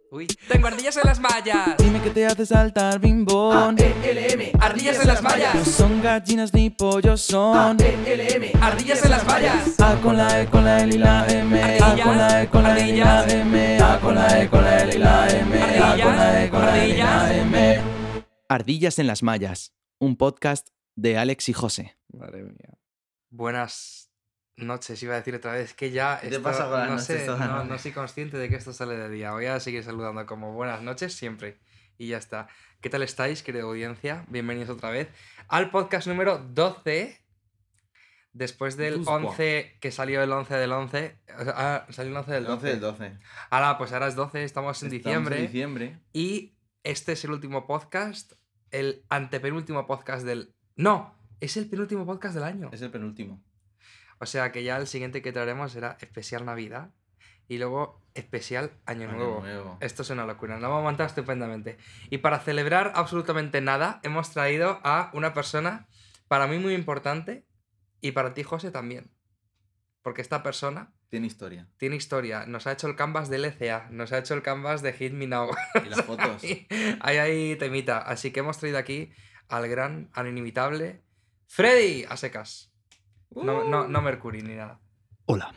Uy, tengo ardillas en las mallas. Dime qué te hace saltar, bimbón. A-E-L-M, ardillas en las No mallas. son gallinas ni pollos, son A-E-L-M, ardillas en las mallas. A con la E, con la L y la M. A con la E, con la L y la M. A con la E, con la L y la M. A con la E, con la L y la M. Ardillas en las mallas, un podcast de Alex y José. Madre mía. Buenas noches, iba a decir otra vez que ya ¿Qué te pasa con las no noches sé, toda la no noche? soy consciente de que esto sale de día. Voy a seguir saludando como buenas noches siempre. Y ya está. ¿Qué tal estáis, querida audiencia? Bienvenidos otra vez al podcast número 12. Después del Tuspa. 11, que salió el 11 del 11. Salió el 11 del 12. 11 del 12. Ahora, pues ahora es 12, estamos en diciembre. En diciembre. Y este es el último podcast, el antepenúltimo podcast del... ¡No! Es el penúltimo podcast del año. Es el penúltimo. O sea que ya el siguiente que traeremos será especial Navidad y luego especial Año Nuevo. Esto es una locura, nos hemos montado estupendamente. Y para celebrar absolutamente nada, hemos traído a una persona para mí muy importante y para ti, José, también. Porque esta persona Tiene historia. tiene historia. Nos ha hecho el canvas de LCA, nos ha hecho el canvas de Hit Me Now. Y las fotos. Hay temita. Así que hemos traído aquí al gran, al inimitable Freddy a secas. No Mercury ni nada. Hola.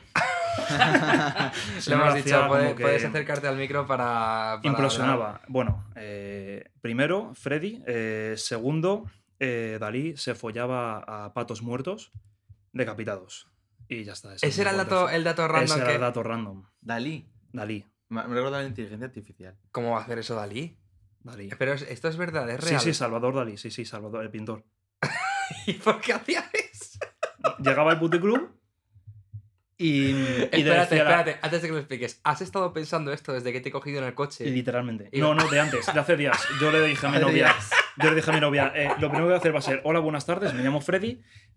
Le hemos dicho, como que puedes acercarte al micro para implosionaba. hablar. Bueno, primero, Freddy. Segundo, Dalí se follaba a patos muertos decapitados. Y ya está. Ese era el dato random. Ese era que... el dato random. Dalí. Dalí. Me recuerda a la inteligencia artificial. ¿Cómo va a hacer eso Dalí? Dalí. Pero esto es verdad, es real. Sí, Salvador Dalí. Sí, Salvador, el pintor. ¿Y por qué hacía eso? Llegaba al puticlub y Espérate, antes de que lo expliques. ¿Has estado pensando esto desde que te he cogido en el coche? Literalmente. Y- No, de antes, de hace días. Yo le dije a mi novia, lo primero que voy a hacer va a ser, hola, buenas tardes, me llamo Freddy.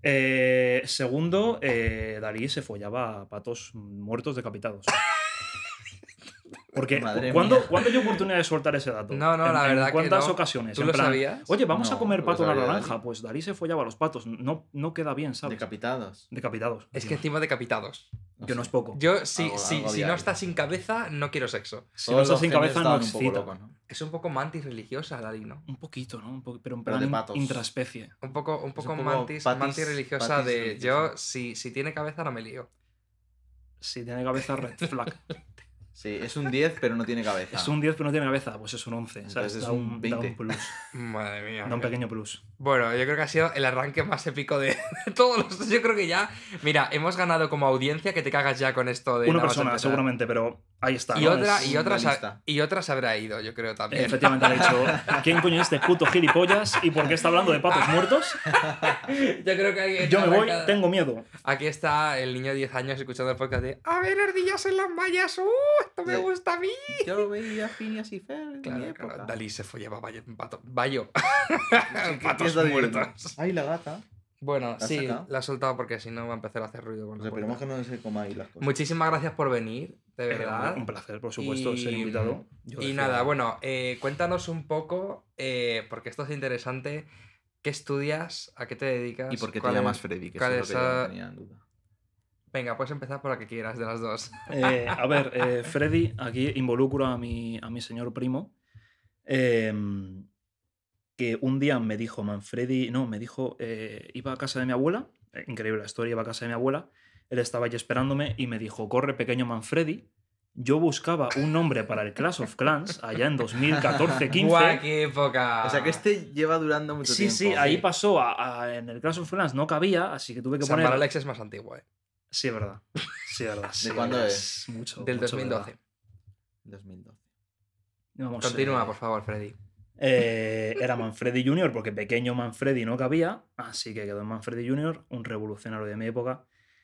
Segundo, Dalí se follaba a patos muertos decapitados. Porque, Madre ¿cuándo mía. hay oportunidad de soltar ese dato? No, la verdad que ¿cuántas no. ocasiones? ¿Tú En lo plan, sabías? oye, vamos a No, comer no pato lo a la sabía naranja. Dalí. Pues Dalí se follaba a los patos. No queda bien, ¿sabes? Decapitados. Decapitados. Es que encima decapitados. Que no es poco. Yo, si Algo no diario. estás sin cabeza, no quiero sexo. Si no estás sin cabeza, no excita. Un poco locos, ¿no? Es un poco mantis religiosa, Dalí, ¿no? Un poquito, ¿no? Pero en Pero de plan patos. intraspecie. Un poco un poco mantis patis religiosa de... religiosa. Yo, si tiene cabeza, no me lío. Si tiene cabeza, red flag. Sí, es un 10, pero no tiene cabeza. Es un 10 pero no tiene cabeza, pues es un 11. ¿sabes? Entonces es Da un da 20. un plus. Madre mía. Da un pequeño plus. Bueno, yo creo que ha sido el arranque más épico de todos los... Yo creo que ya... Mira, hemos ganado como audiencia que te cagas ya con esto de... Una nada más persona, empezar. seguramente, pero ahí está. Y ¿no? otra, Es- y, otra se, realista. y otra se habrá ido, yo creo también. Efectivamente, le he dicho, ¿quién coño es este puto gilipollas y por qué está hablando de patos muertos? Yo creo que alguien Yo me voy, arrancada. tengo miedo. Aquí está el niño de 10 años escuchando el podcast de A ver, ardillas en las mallas, esto me Sí. gusta a mí. Yo lo veía Phineas y Fer en mi Claro, época. Dalí se follaba Bayo. ¿Qué Patos estás diciendo? muertos. Ay, la gata. Bueno, ¿La has sí, sacado? la he soltado porque si no va a empezar a hacer ruido con Pues la esperemos puerta. que no se coma ahí las cosas. Muchísimas gracias por venir, de verdad. Un placer, por supuesto, Y- ser invitado. Yo Y decía- nada, bueno, cuéntanos un poco, porque esto es interesante, ¿qué estudias? ¿A qué te dedicas? ¿Y por qué te cuál es- llamas Freddy? Que eso cuál es lo que es, yo tenía en duda. Venga, puedes empezar por la que quieras, de las dos. A ver, Freddy, aquí involucro a mi señor primo, que un día me dijo, Manfredi, no, me dijo, iba a casa de mi abuela, increíble la historia, iba a casa de mi abuela, él estaba allí esperándome y me dijo, corre pequeño Manfredi, yo buscaba un nombre para el Clash of Clans allá en 2014-15. ¡Guau, qué época! O sea que este lleva durando mucho Sí, tiempo. sí, ahí pasó, en el Clash of Clans no cabía, así que tuve que San poner... Alex es más antiguo, Sí, es verdad. Sí, es verdad. sí, cuándo verdad, es? Mucho, Del mucho 2012. verdad. 2012. Vamos, Continúa, por favor, Freddy. Era Manfredi Jr., porque pequeño Manfredi no cabía, así que quedó en Manfredi Jr., un revolucionario de mi época.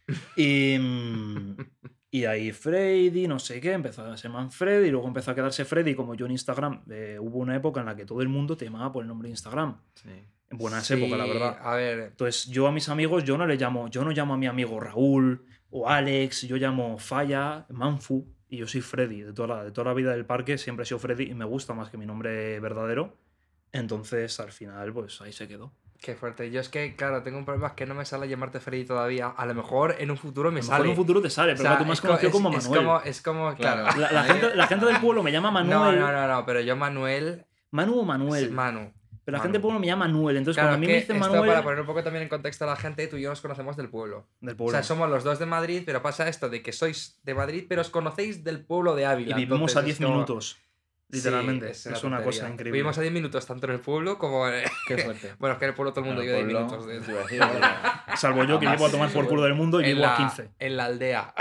Y ahí Freddy, no sé qué, empezó a ser Manfredi, y luego empezó a quedarse Freddy, como yo en Instagram. Hubo una época en la que todo el mundo te llamaba por el nombre de Instagram. Sí. En buenas Sí, épocas, la verdad. A ver, Entonces, yo a mis amigos, yo no llamo a mi amigo Raúl o Alex, yo llamo Falla, Manfu, y yo soy Freddy. De toda la vida del parque siempre he sido Freddy y me gusta más que mi nombre verdadero. Entonces, al final, pues ahí se quedó. Qué fuerte. Yo es que, claro, tengo un problema, es que no me sale llamarte Freddy todavía. A lo mejor en un futuro me A lo sale. mejor en un futuro te sale, pero tú me has conocido como Manuel. Es como, claro. La gente del pueblo me llama Manuel. No, pero yo Manuel... ¿Manu o Manuel? Manu. Pero la gente del pueblo me llama Manuel, entonces claro, cuando a mí me dicen Manuel... para poner un poco también en contexto a la gente, tú y yo nos conocemos del pueblo. Del pueblo. O sea, somos los dos de Madrid, pero pasa esto de que sois de Madrid, pero os conocéis del pueblo de Ávila. Y vivimos a 10 minutos. Literalmente, sí, es una cosa increíble. Vivimos a 10 minutos tanto en el pueblo como en... Qué fuerte. Bueno, es que en el pueblo todo el mundo lleva 10 minutos. Salvo yo, que llevo a tomar por culo del mundo y llevo a 15. En la aldea.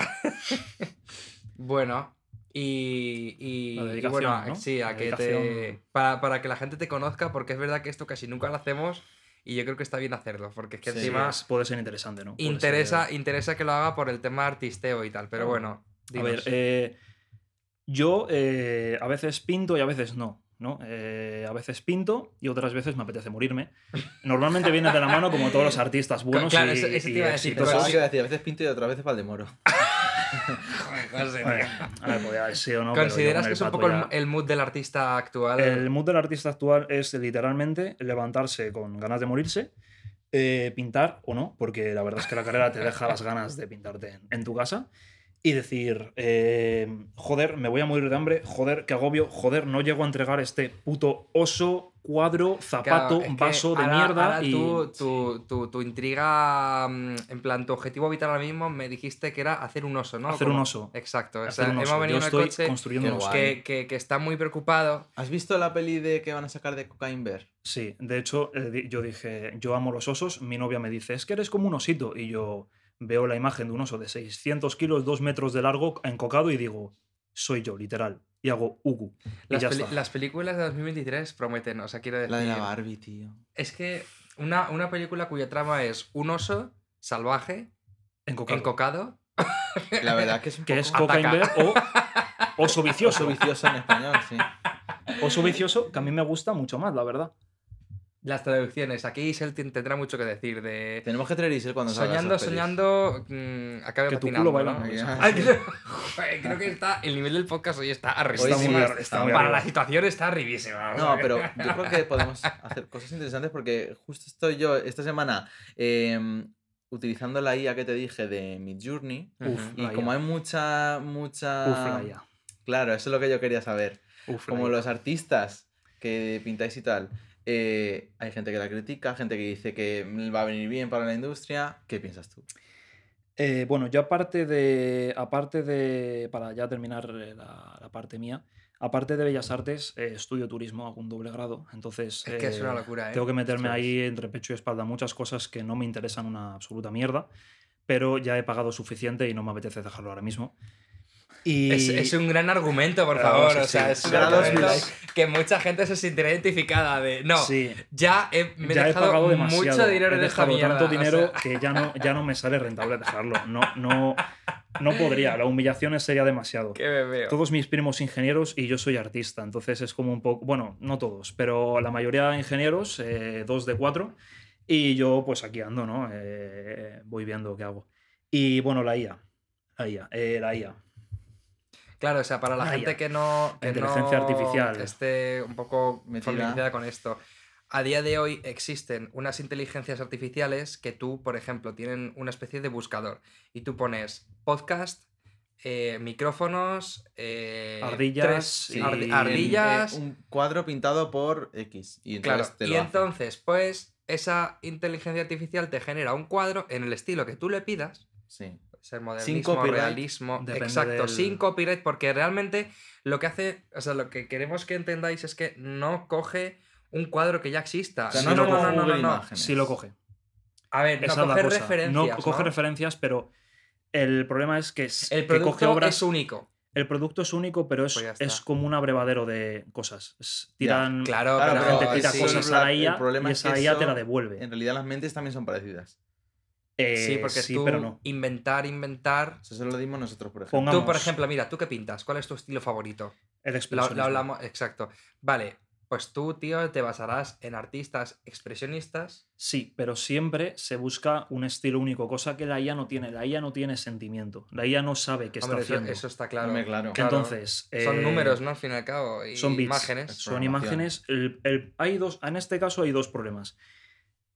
Bueno, y bueno, ¿no? sí, a que te... para que la gente te conozca, porque es verdad que esto casi nunca lo hacemos y yo creo que está bien hacerlo, porque es que encima... puede ser interesante, ¿no? Interesa que lo haga por el tema artisteo y tal, pero bueno. Dinos. A ver, yo a veces pinto y a veces no. A veces pinto y otras veces me apetece morirme. Normalmente viene de la mano como todos los artistas buenos. Claro, eso te iba a decir. A veces pinto y otras veces Valdemoro. No sé, a ver, podría haber sido, ¿no? ¿Consideras que es un poco el mood del artista actual? El mood del artista actual es literalmente levantarse con ganas de morirse, pintar o no, porque la verdad es que la carrera te deja las ganas de pintarte en tu casa. Y decir, joder, me voy a morir de hambre, joder, qué agobio, joder, no llego a entregar este puto oso, cuadro, zapato, claro, vaso de mierda. Ahora tu intriga, en plan, tu objetivo vital ahora mismo me dijiste que era hacer un oso, ¿no? Hacer un oso. Exacto. Hacer un oso. Hemos venido Yo en el estoy construyendo un oso. Que está muy preocupado. ¿Has visto la peli de que van a sacar de Cocaine Bear? Sí, de hecho, yo dije, yo amo los osos, mi novia me dice, es que eres como un osito, y yo... Veo la imagen de un oso de 600 kilos, 2 metros de largo, encocado y digo, soy yo, literal. Y hago Ugu. Las películas de 2023 prometen, o sea, quiero decir... La de la Barbie, tío. Es que una película cuya trama es un oso salvaje, encocado. La verdad que es un poco... Que es Cocaine Bear o oso vicioso. Oso vicioso en español, sí. Oso vicioso, que a mí me gusta mucho más, la verdad. Las traducciones. Aquí Isel tendrá mucho que decir de... Tenemos que traer Isel cuando salga. Soñando, acabe que patinando. Tu culo bailando. ¿No? Creo que el nivel del podcast hoy está arribísimo. Para la situación está arribísima. No, pero yo creo que podemos hacer cosas interesantes porque justo estoy yo esta semana utilizando la IA que te dije de Midjourney. Y como hay mucha... la IA. Claro, eso es lo que yo quería saber. Como los artistas que pintáis y tal... hay gente que la critica, gente que dice que va a venir bien para la industria. ¿Qué piensas tú? Bueno, yo aparte de para ya terminar la parte mía, aparte de Bellas Artes, estudio turismo, hago un doble grado, entonces es que es una locura, tengo que meterme ahí entre pecho y espalda muchas cosas que no me interesan una absoluta mierda, pero ya he pagado suficiente y no me apetece dejarlo ahora mismo. Y... Es un gran argumento, por favor. O sea, es un argumento que mucha gente se sentirá identificada de... No, ya he dejado mucho dinero en esta mierda. Tanto dinero que ya no me sale rentable dejarlo. No podría. La humillación sería demasiado. Qué bebé. Todos mis primos ingenieros y yo soy artista. Entonces es como un poco... Bueno, no todos, pero la mayoría de ingenieros, 2 de 4. Y yo pues aquí ando, ¿no? Voy viendo qué hago. Y bueno, la IA. Claro, o sea, para la gente que no artificial esté un poco familiarizada con esto, a día de hoy existen unas inteligencias artificiales que tú, por ejemplo, tienen una especie de buscador y tú pones podcast, micrófonos, ardillas, ardillas, un cuadro pintado por X. Y entonces entonces, pues, esa inteligencia artificial te genera un cuadro en el estilo que tú le pidas. Sí. Ser modernismo, realismo, exacto, sin copyright, porque realmente lo que hace, o sea, lo que queremos que entendáis es que no coge un cuadro que ya exista. O sea, no. Sí lo coge. A ver, no coge referencias. No coge referencias, pero el problema es que el producto coge obras, es único. El producto es único, pero es como un abrevadero de cosas. Tiran, claro, la gente tira cosas a la IA y esa IA te la devuelve. En realidad las mentes también son parecidas. Sí, porque tú pero no. inventar. Eso lo dimos nosotros, por ejemplo. Tú, por ejemplo, mira, ¿tú qué pintas? ¿Cuál es tu estilo favorito? El expresionismo. Lo hablamos, exacto. Vale, pues tú, tío, te basarás en artistas expresionistas. Sí, pero siempre se busca un estilo único, cosa que la IA no tiene. La IA no tiene sentimiento. La IA no sabe qué está haciendo. Eso está claro. Claro. Entonces... son números, ¿no? Al fin y al cabo. Son bits. Imágenes. Son imágenes. En este caso hay 2 problemas.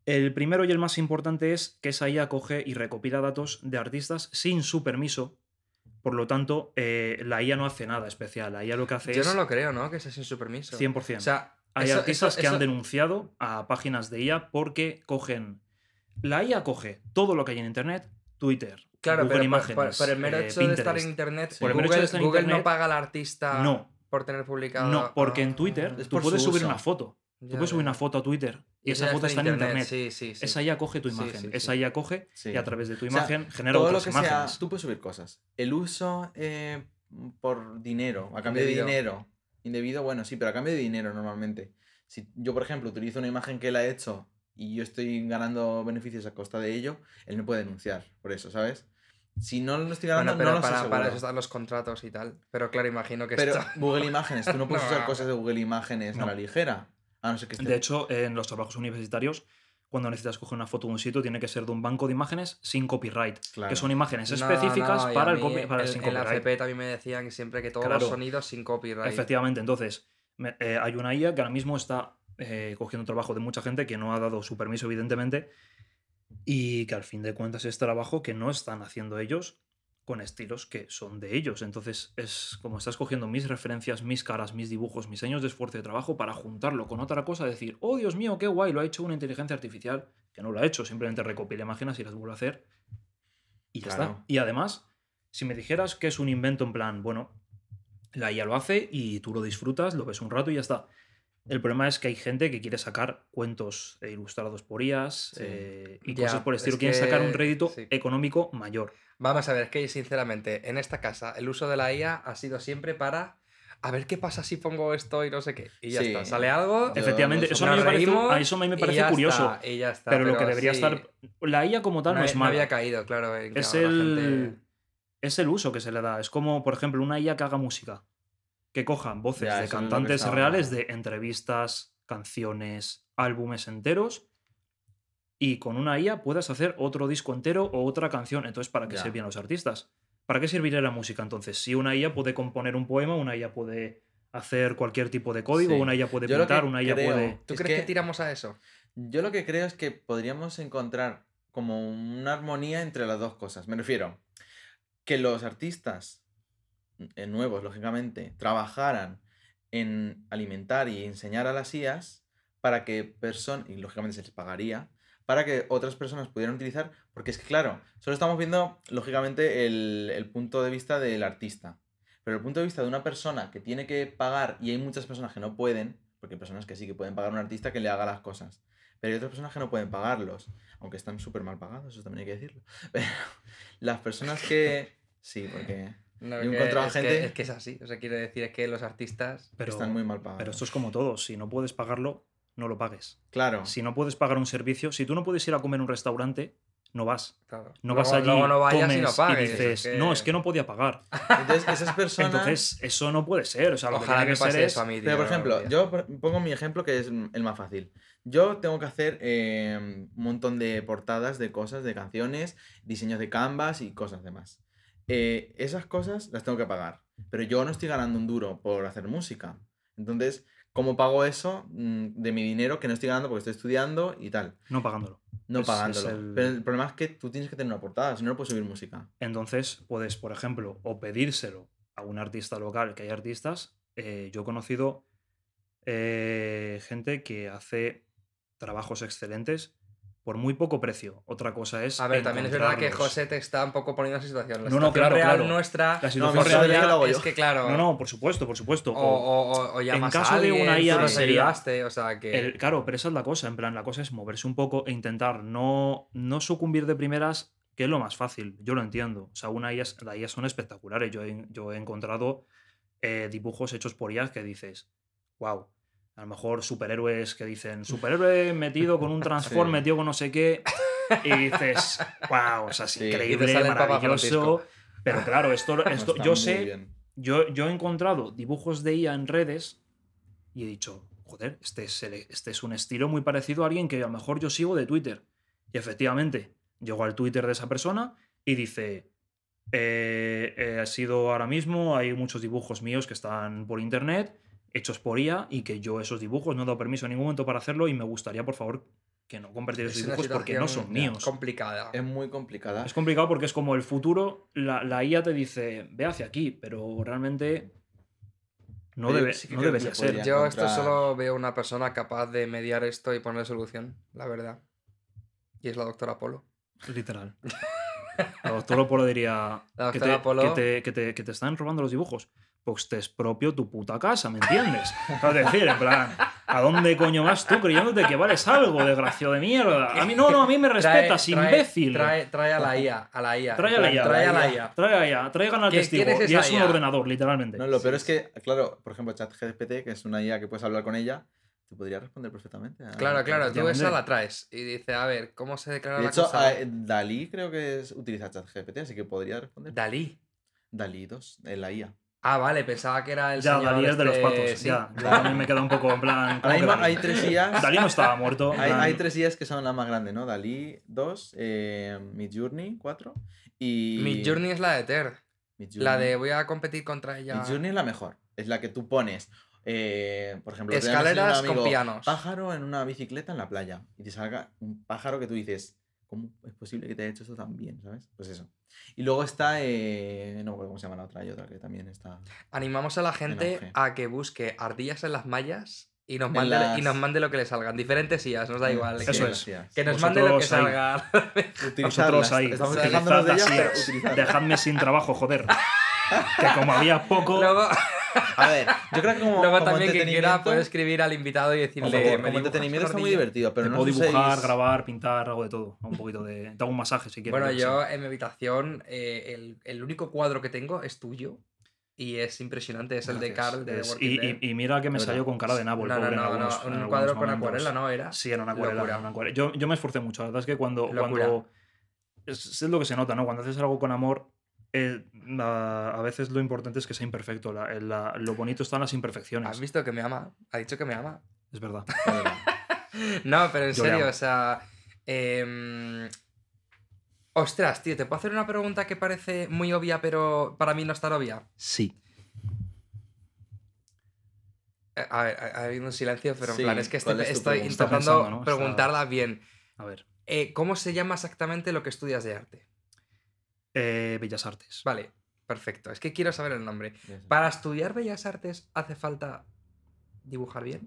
El primero y el más importante es que esa IA coge y recopila datos de artistas sin su permiso. Por lo tanto, la IA no hace nada especial. La IA lo que hace Yo es... no lo creo, ¿no? Que sea sin su permiso. 100%. O sea, hay artistas que han denunciado a páginas de IA porque cogen... La IA coge todo lo que hay en Internet, Twitter, claro, Google pero Imágenes, por el mero hecho de estar en Internet, por el mero hecho de estar en Google Internet, no paga al artista no, por tener publicado... No, porque en Twitter tú puedes subir una foto. Tú puedes subir una foto a Twitter y esa foto está en Internet. Sí, sí, sí. Esa IA coge tu imagen. Esa IA coge y a través de tu imagen genera todo otras lo que imágenes. Sea, tú puedes subir cosas. El uso por dinero, a cambio de dinero. Indebido, bueno, sí, pero a cambio de dinero normalmente. Si yo, por ejemplo, utilizo una imagen que él ha hecho y yo estoy ganando beneficios a costa de ello, él me puede denunciar por eso, ¿sabes? Si no lo estoy ganando, pero no lo sé para eso están los contratos y tal. Pero claro, imagino que Pero Google Imágenes, tú no puedes usar cosas de Google Imágenes a la ligera. A no ser que esté... De hecho, en los trabajos universitarios, cuando necesitas coger una foto de un sitio, tiene que ser de un banco de imágenes sin copyright. Claro. Que son imágenes específicas para el sin copyright. En la FP también me decían siempre que todos los sonidos sin copyright. Efectivamente, entonces, hay una IA que ahora mismo está cogiendo trabajo de mucha gente que no ha dado su permiso, evidentemente, y que al fin de cuentas es trabajo que no están haciendo ellos con estilos que son de ellos. Entonces es como estás cogiendo mis referencias, mis caras, mis dibujos, mis años de esfuerzo de trabajo para juntarlo con otra cosa, decir, oh Dios mío, qué guay, lo ha hecho una inteligencia artificial, que no lo ha hecho, simplemente recopila imágenes y las vuelve a hacer y ya está. Y además, si me dijeras que es un invento en plan, bueno, la IA lo hace y tú lo disfrutas, lo ves un rato y ya está. El problema es que hay gente que quiere sacar cuentos ilustrados por IAs y cosas por el estilo. Quieren sacar un rédito económico mayor. Vamos a ver, es que sinceramente, en esta casa, el uso de la IA ha sido siempre para a ver qué pasa si pongo esto y no sé qué. Y ya está. Sale algo. Efectivamente, eso a mí me parece curioso. Y ya está, pero lo que debería estar. La IA como tal no es mala. No había caído, claro. Es el uso que se le da. Es como, por ejemplo, una IA que haga música. Que cojan voces de cantantes reales de entrevistas, canciones, álbumes enteros. Y con una IA puedas hacer otro disco entero o otra canción. Entonces, ¿para qué servían los artistas? ¿Para qué serviría la música entonces? Si una IA puede componer un poema, una IA puede hacer cualquier tipo de código, una IA puede pintar, una IA puede... ¿Tú crees que tiramos a eso? Yo lo que creo es que podríamos encontrar como una armonía entre las dos cosas. Me refiero que los artistas nuevos, lógicamente, trabajaran en alimentar y enseñar a las IAs para que personas, y lógicamente se les pagaría, para que otras personas pudieran utilizar, porque es que claro, solo estamos viendo lógicamente el punto de vista del artista, pero el punto de vista de una persona que tiene que pagar, y hay muchas personas que no pueden, porque hay personas que sí que pueden pagar a un artista que le haga las cosas, pero hay otras personas que no pueden pagarlos, aunque están súper mal pagados, eso también hay que decirlo, pero las personas que... Sí, porque... No, es que es así, o sea, quiero decir, es que los artistas están muy mal pagados. Pero esto es como todo, si no puedes pagarlo, no lo pagues. Claro. Si no puedes pagar un servicio, si tú no puedes ir a comer a un restaurante, no vas. Claro. No vas allí, no vayas comes y no pagues, y dices, no, es que no podía pagar. Entonces, esas personas... Entonces, eso no puede ser. O sea, ojalá que pase eso a mí. Pero, por ejemplo, yo pongo mi ejemplo que es el más fácil. Yo tengo que hacer un montón de portadas de cosas, de canciones, diseños de Canvas y cosas demás. Esas cosas las tengo que pagar. Pero yo no estoy ganando un duro por hacer música. Entonces, ¿cómo pago eso de mi dinero que no estoy ganando porque estoy estudiando y tal? No pagándolo. No pagándolo. Pero el problema es que tú tienes que tener una portada, si no, no puedes subir música. Entonces, puedes, por ejemplo, o pedírselo a un artista local, que hay artistas. Yo he conocido gente que hace trabajos excelentes por muy poco precio. Otra cosa es... A ver, también es verdad que José te está un poco poniendo esa situación. La situación real claro. Nuestra... La situación real es que, claro... No, por supuesto. O llamas en caso a alguien, de una IA tú ayudaste, o sea que... Claro, pero esa es la cosa. En plan, la cosa es moverse un poco e intentar no sucumbir de primeras, que es lo más fácil. Yo lo entiendo. O sea, las IA son espectaculares. Yo he encontrado dibujos hechos por IAs que dices, wow. A lo mejor superhéroes que dicen, superhéroe metido con un transform, metido con no sé qué, y dices, wow, o sea, es increíble, maravilloso. Pero claro, esto yo sé, yo he encontrado dibujos de IA en redes y he dicho, joder, este es un estilo muy parecido a alguien que a lo mejor yo sigo de Twitter. Y efectivamente, llego al Twitter de esa persona y dice, ha sido ahora mismo, hay muchos dibujos míos que están por internet, hechos por IA, y que yo esos dibujos no he dado permiso en ningún momento para hacerlo y me gustaría, por favor, que no compartir esos Es una dibujos porque no son situación míos. complicada. Es muy complicada. Es complicado porque es como el futuro, la IA te dice, ve hacia aquí, pero realmente no, Pero yo debe, sí que no creo que debería se podría ser. Yo esto encontrar- solo veo una persona capaz de mediar esto y poner solución, la verdad. Y es la doctora Polo. Literal. La doctora Polo diría La que doctora Polo- te están robando los dibujos. Pues te expropio tu puta casa, ¿me entiendes? Es decir, en plan, ¿a dónde coño vas tú creyéndote que vales algo, desgraciado de mierda? A mí no, a mí me respetas, imbécil. Trae a la IA, Trae a la IA. Trae a la IA. Trae a la IA, traigan al ¿Quién testigo. es Y esa es un IA? ordenador, literalmente. No, lo peor es que, claro, por ejemplo, ChatGPT, que es una IA que puedes hablar con ella, te podría responder perfectamente. Claro, tú efectivamente. esa la traes y dice, a ver, ¿cómo se declara De la hecho, cosa? Dalí creo que utiliza ChatGPT, así que podría responder. Dalí. Dalí 2, en la IA. Ah, vale, pensaba que era el Ya, señor Dalí es de los este- patos. sí. Ya, yo también me queda un poco en plan. ¿cómo Ahora que mismo Dalí? hay 3 IAs. Dalí no estaba muerto. en plan, Hay 3 IAs que son las más grandes, ¿no? Dalí 2, Midjourney 4 y... Midjourney es la de Ter. Midjourney. La de voy a competir contra ella. Midjourney es la mejor. Es la que tú pones, por ejemplo, te voy a Escaleras enseñar a un con amigo, pianos. pájaro en una bicicleta en la playa. Y te salga un pájaro que tú dices, ¿cómo es posible que te haya hecho esto tan bien? ¿Sabes? Pues eso. Y luego está, no me acuerdo cómo se llama la otra, hay otra que también está... Animamos a la gente auge. a que busque ardillas en las mallas y nos En mande, las- y nos mande lo que le salgan. Diferentes IAs, nos da igual. Eso que, es. que nos mande lo que Vosotros ahí. salga. Vosotros ahí, Estamos utilizad quejándonos de las ellas, pero IAs. utilizadlas. Dejadme sin trabajo, joder. Que como había poco. Luego, A ver, yo creo que como luego también que quiera entretenimiento- puede escribir al invitado y decirle... Por favor, "¿Me como dibujas entretenimiento está muy ardilla?". divertido, pero Te no puedo os dibujar, uséis- grabar, pintar, algo de todo. Un poquito de. Te hago un masaje si quieres. Bueno, yo qué yo sé. en mi habitación, el único cuadro que tengo es tuyo. Y es impresionante, es el de Gracias. Carl de Es- Walking Dead. y mira que me Es salió verdad. con cara de nabo el No, pobre en un algunos cuadro con momentos. acuarela, ¿no era? Sí, era una acuarela. Locura. Era una acuarela. Yo me esforcé mucho. La verdad es que cuando Locura. es lo que se nota, ¿no? Cuando haces algo con amor, a veces lo importante es que sea imperfecto. Lo bonito está en las imperfecciones. ¿Has visto que me ama? Ha dicho que me ama. Es verdad. La verdad. No, pero en Yo le serio, amo. o sea... Ostras, tío, ¿te puedo hacer una pregunta que parece muy obvia, pero para mí no es tan obvia? Sí. A ver, ha habido un silencio, pero en Sí, plan, es que ¿cuál es tu estoy pregunta? intentando Está pensando, ¿no? preguntarla bien. A ver. ¿Cómo se llama exactamente lo que estudias de arte? Bellas Artes. Vale, perfecto. Es que quiero saber el nombre. Ya sé. ¿Para estudiar Bellas Artes hace falta dibujar bien?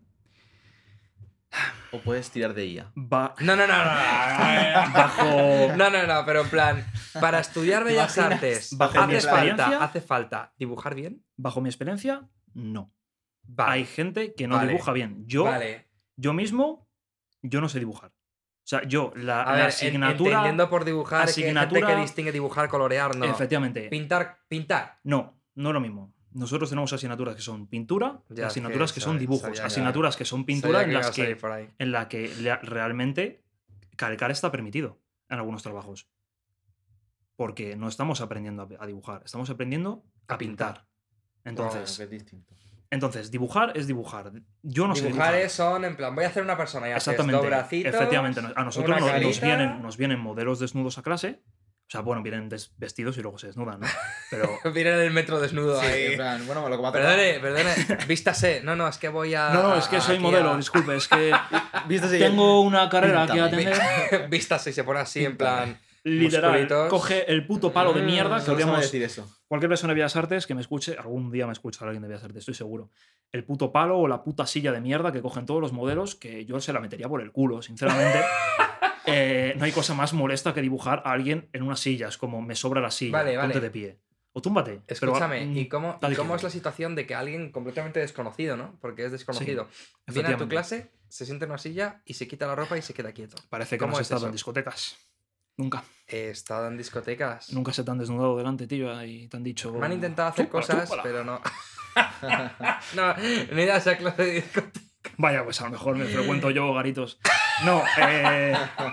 O puedes tirar de IA. Va. No. Bajo. No, pero en plan, para estudiar Bellas imaginas? Artes, Bajo mi experiencia- ¿hace falta dibujar bien? Bajo mi experiencia, no. Vale. Hay gente que no Vale. dibuja bien. Yo mismo, yo no sé dibujar. O sea, yo, la A ver, asignatura. entendiendo por dibujar que hay gente asignatura- que distingue dibujar, colorear, no. Efectivamente. Pintar. No es lo mismo. Nosotros tenemos asignaturas que son pintura y Ya, asignaturas que son sabía dibujos. que- Asignaturas que son pintura Sabía en iba las a salir que, por ahí. realmente calcar está permitido en algunos trabajos. Porque no estamos aprendiendo a dibujar, estamos aprendiendo a pintar. Entonces, Que es distinto. dibujar es dibujar. Yo no sé Dibujar dibujar. son en plan, voy a hacer una persona y haces Exactamente. dos bracitos. Efectivamente. A nosotros una carita. nos vienen modelos desnudos a clase. O sea, bueno, vienen vestidos y luego se desnudan, ¿no? Pero Viene en el metro desnudo Sí, ahí. en plan, bueno, lo que me ha tocado. Perdone, vístase. No, es que voy a. no, es que soy aquí modelo, a- disculpe, es que ¿Viste si- tengo una carrera que Píntame. atender. Vístase y se pone así en plan. Literal, musculitos. coge el puto palo de mierda que Solo sabe odiamos. decir eso. Cualquier persona de Bellas Artes que me escuche, algún día me escuchará alguien de Bellas Artes, estoy seguro. El puto palo o la puta silla de mierda que cogen todos los modelos, que yo se la metería por el culo, sinceramente. No hay cosa más molesta que dibujar a alguien en una silla. Es como, me sobra la silla, Vale, ponte vale. de pie. O túmbate. Escúchame, pero, ¿y cómo tal y es cual. la situación de que alguien completamente desconocido, ¿no? Porque es desconocido. Viene a tu efectivamente. clase, se sienta en una silla y se quita la ropa y se queda quieto. Parece que ¿Cómo no has es estado eso? en discotecas. Nunca. He estado en discotecas. Nunca se te han desnudado delante, tío, y te han dicho... Me han intentado hacer "Chúpala, cosas, chúpala". pero no. No he ido a esa clase de discoteca. Vaya, pues a lo mejor me frecuento yo, garitos. No,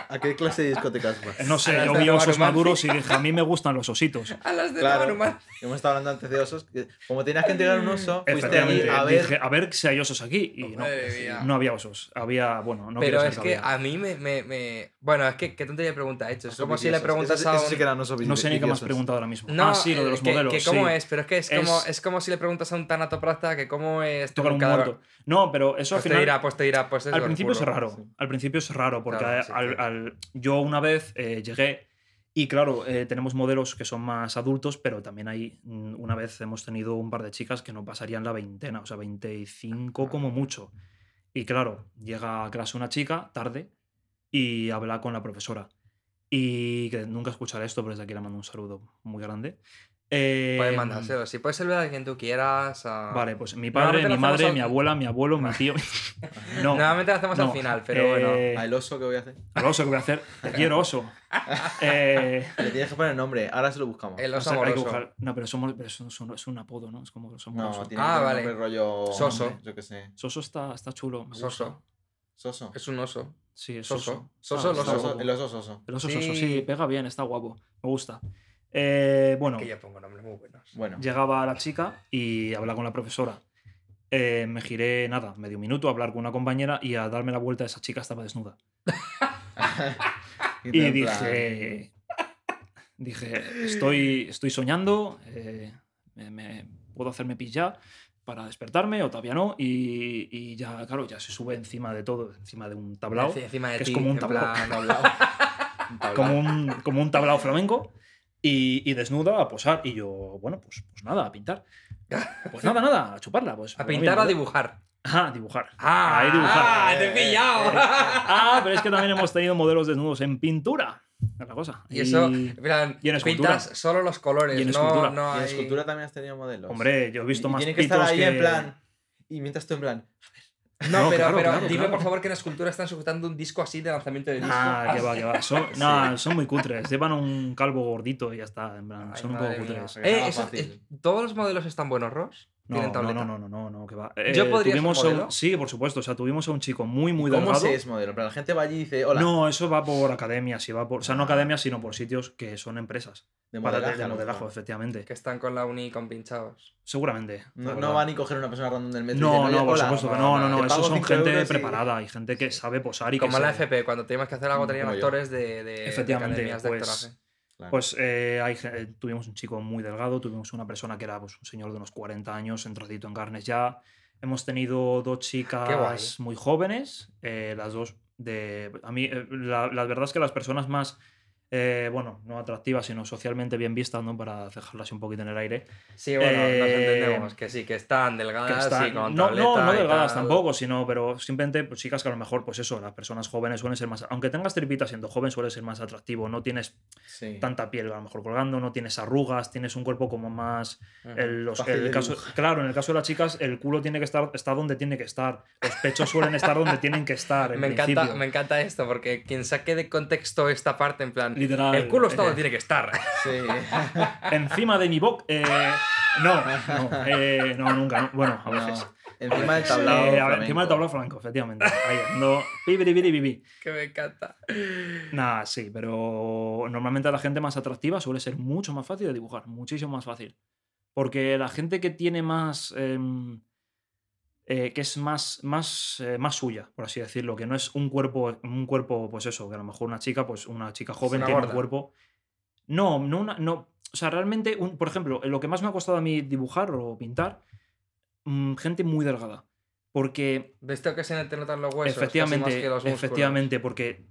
¿A qué clase de discotecas vas? No sé, yo vi osos maduros y dije, a mí me gustan los ositos. A las de Claro, Numancia. hemos estado hablando antes de osos. Como tenías que entregar un oso, fuiste allí Efectivamente, dije, a ver si hay osos aquí. Y no, Madre mía. no había osos. Había, bueno, no Pero quiero es ser que cabreado. a mí me... Bueno, es que qué tontería de pregunta he hecho. Es Osos como si le vidriosos. preguntas a Eso sí que un... eran osos No sé ni qué me has vidriosos. preguntado ahora mismo. No, Sí, lo de los que modelos. cómo sí. es, pero es que es como si le preguntas a un tanatoprasta que cómo es Tocar un cadáver. muerto. No, pero eso al Pues te final... dirá, pues es Al por principio es culo. raro. sí. Al principio es raro porque Claro, sí, yo una vez llegué y claro, tenemos modelos que son más adultos, pero también hay una vez hemos tenido un par de chicas que no pasarían la veintena, o sea, 25 como mucho. Y claro, llega a clase una chica tarde y habla con la profesora. Y que nunca escucharé esto, pero desde aquí le mando un saludo muy grande. Puedes mandárselo. Si puedes saludar a quien tú quieras. Vale, pues mi padre, Normalmente mi lo hacemos madre, al- mi abuela, mi abuelo, mi tío. No, Normalmente lo hacemos al no, final, pero bueno. ¿El oso qué voy a hacer? Al oso que voy a hacer. Te quiero, oso. Le tienes que poner nombre. Ahora se lo buscamos. El O oso sea, hay que amoroso. buscar- No, pero, pero es un apodo, ¿no? Es como somos No, oso. tiene que tener vale. un nombre rollo... Soso. Yo qué sé. Soso está chulo. Me gusta. Soso. Soso. Es un oso. Sí, es Soso. soso. Soso, Está el oso. guapo. El oso soso. El oso Sí. soso, sí, pega bien, está guapo. Me gusta. Bueno, Que yo pongo nombres muy buenos. Bueno. llegaba la chica y hablaba con la profesora. Me giré, nada, medio minuto a hablar con una compañera y a darme la vuelta esa chica estaba desnuda. Y en plan, dije, estoy soñando, puedo hacerme pis ya para despertarme o todavía no. Y ya, claro, ya se sube encima de todo, encima de un tablao, Encima de que es ti, como un en tablao, plan, un tablao. como un tablao flamenco. Y desnuda a posar. Y yo, bueno, pues nada, a pintar. Pues nada, a chuparla. Pues, ¿A pues pintar o a bien, dibujar? Ajá, dibujar. ¡Ah! Ahí dibujar. ¡Ah! ¡Te he pillado! Pero es que también hemos tenido modelos desnudos en pintura. Es la cosa. Y eso, en plan, y en escultura. pintas solo los colores, Y en no, escultura. no Y en hay... escultura también has tenido modelos. Hombre, yo he visto y más tiene que estar pitos ahí que... en plan. Y mientras tú en plan. No, pero claro, dime claro. por favor que en escultura están sujetando un disco así de lanzamiento de disco. Que va. Son muy cutres. Llevan un calvo gordito y ya está. En plan, Ay, son un poco madre mía. cutres. Fácil. ¿Todos los modelos están buenos, Ross? ¿Tienen tableta? No, que va. ¿Yo podría ser tuvimos modelo? Sí, por supuesto. O sea, tuvimos a un chico muy ¿Cómo delgado. se es modelo? En plan, la gente va allí y dice, hola. No, eso va por academias y va por. O sea, no academias, sino por sitios que son empresas. De Para modelaje, de a lo modelaje, mejor. efectivamente. Que están con la uni con pinchados. Seguramente. la No verdad. van ni coger una persona random del metro. y No, dicen, "Oye, por hola". supuesto que no, no. te Esos pago son 5 gente euros y- preparada y gente que sabe posar y Como que la se- FP, cuando teníamos que hacer algo tenían Como yo. actores de Efectivamente, academias de pues, actoraje. Claro. Pues tuvimos un chico muy delgado, tuvimos una persona que era pues, un señor de unos 40 años, entradito en carnes ya. Hemos tenido dos Qué guay. chicas muy jóvenes, las dos de... A mí, la verdad es que las personas más, bueno, no atractivas, sino socialmente bien vistas, ¿no? Para dejarlas un poquito en el aire. Sí, bueno, nos Eh, entendemos. Que sí, que están Que delgadas están- y con no tableta y delgadas tal. tampoco, sino, pero simplemente pues, chicas que a lo mejor, pues eso, las personas jóvenes suelen ser más... Aunque tengas tripita siendo joven, suele ser más atractivo. No tienes Sí. tanta piel a lo mejor colgando, no tienes arrugas, tienes un cuerpo como más... Ujú. Fácil de dibujar. Claro, en el caso de las chicas, el culo tiene que estar donde tiene que estar. Los pechos suelen estar donde tienen que estar. En Me principio. encanta esto, porque quien saque de contexto esta parte, en plan, Literal. el culo está donde tiene que estar. Sí. Encima de mi boca. No, nunca. No. Bueno, a veces. No. Encima del tablao. A ver, flamenco. encima del tablao flamenco, efectivamente. Ahí ando. Pibi. Que me encanta. Nah, sí, pero normalmente a la gente más atractiva suele ser mucho más fácil de dibujar, muchísimo más fácil. Porque la gente que tiene más. Que es más suya, por así decirlo, que no es un cuerpo, pues eso, que a lo mejor una chica joven Una tiene gorda. un cuerpo. No, o sea, realmente, por ejemplo, lo que más me ha costado a mí dibujar o pintar, gente muy delgada. Porque ¿Ves esto que se te notan los huesos? efectivamente, casi más que los músculos? efectivamente, porque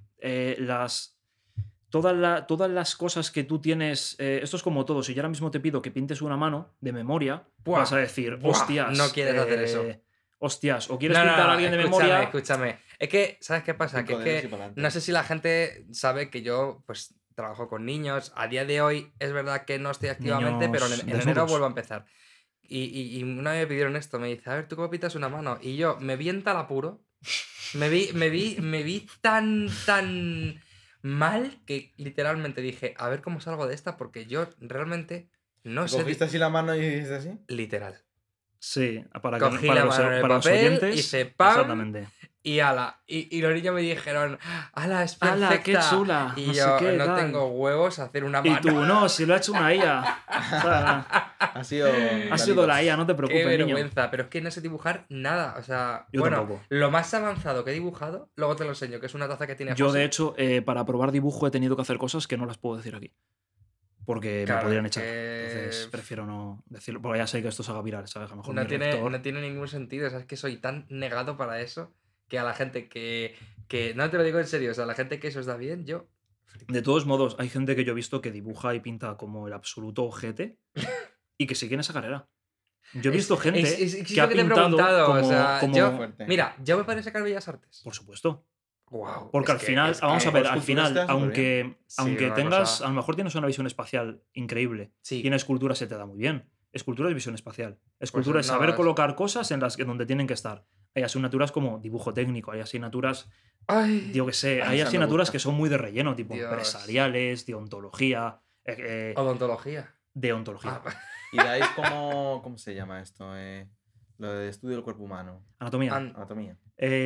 todas las cosas que tú tienes, esto es como todo, si yo ahora mismo te pido que pintes una mano de memoria, Buah, vas a decir, buah, hostias. no quieres hacer eso. Hostias, o quieres pintar a alguien de memoria. Escúchame. Es que, ¿sabes qué pasa? Que Cinco es dedos que y pa'lante. no sé si la gente sabe que yo, pues, trabajo con niños. A día de hoy es verdad que no estoy activamente, Niños pero en enero desnudos. vuelvo a empezar. Y una vez me pidieron esto, me dice, a ver, ¿tú cómo pintas una mano? Y yo me vi en tal apuro, me vi tan mal que literalmente dije, a ver cómo salgo de esta, porque yo realmente no sé. ¿Cogiste así la mano y dijiste así? Literal. O Sí, para Cogí para la los, mano en el para los papel, oyentes. hice ¡pam! Exactamente. Y ala. Y los niños me dijeron, ala, es perfecta. ¡Hala, qué chula! Y No sé yo, qué, no tal. tengo huevos a hacer una mano. Y tú, no, si lo ha hecho una IA. O sea, Ha sido ha sido la IA, no te Qué preocupes, niño. vergüenza, pero es que no sé dibujar nada. O sea, Yo bueno, tampoco. lo más avanzado que he dibujado, luego te lo enseño, que es una taza que tiene Yo, José. de hecho, para probar dibujo he tenido que hacer cosas que no las puedo decir aquí. Porque Claro, me podrían es echar. que- Entonces prefiero no decirlo. Porque ya sé que esto se haga viral, ¿sabes? A lo mejor No mi tiene, rector- no tiene ningún sentido. O sea, es que soy tan negado para eso que a la gente que. No te lo digo en serio, o sea, a la gente que eso os da bien, yo. De todos modos, hay gente que yo he visto que dibuja y pinta como el absoluto ojete y que sigue en esa carrera. Yo he visto gente es que ha lo que te he pintado preguntado, como, o sea, como- yo. Fuerte. Mira, yo me parece sacar Bellas Artes. Por supuesto. Wow. Porque al final, vamos a ver, al escultura final, está aunque, Sí, aunque una tengas, cosa- a lo mejor tienes una visión espacial increíble Sí. y en escultura se te da muy bien. Escultura es visión espacial. Escultura es no, saber es- colocar cosas en las que donde tienen que estar. Hay asignaturas como dibujo técnico, hay asignaturas, Ay. yo que sé, hay Esa me asignaturas gusta. que son muy de relleno, tipo Dios. empresariales, de ontología, Odontología. de ontología. Ah, Y dais como... ¿Cómo se llama esto? Lo de estudio del cuerpo humano. Anatomía. Anatomía.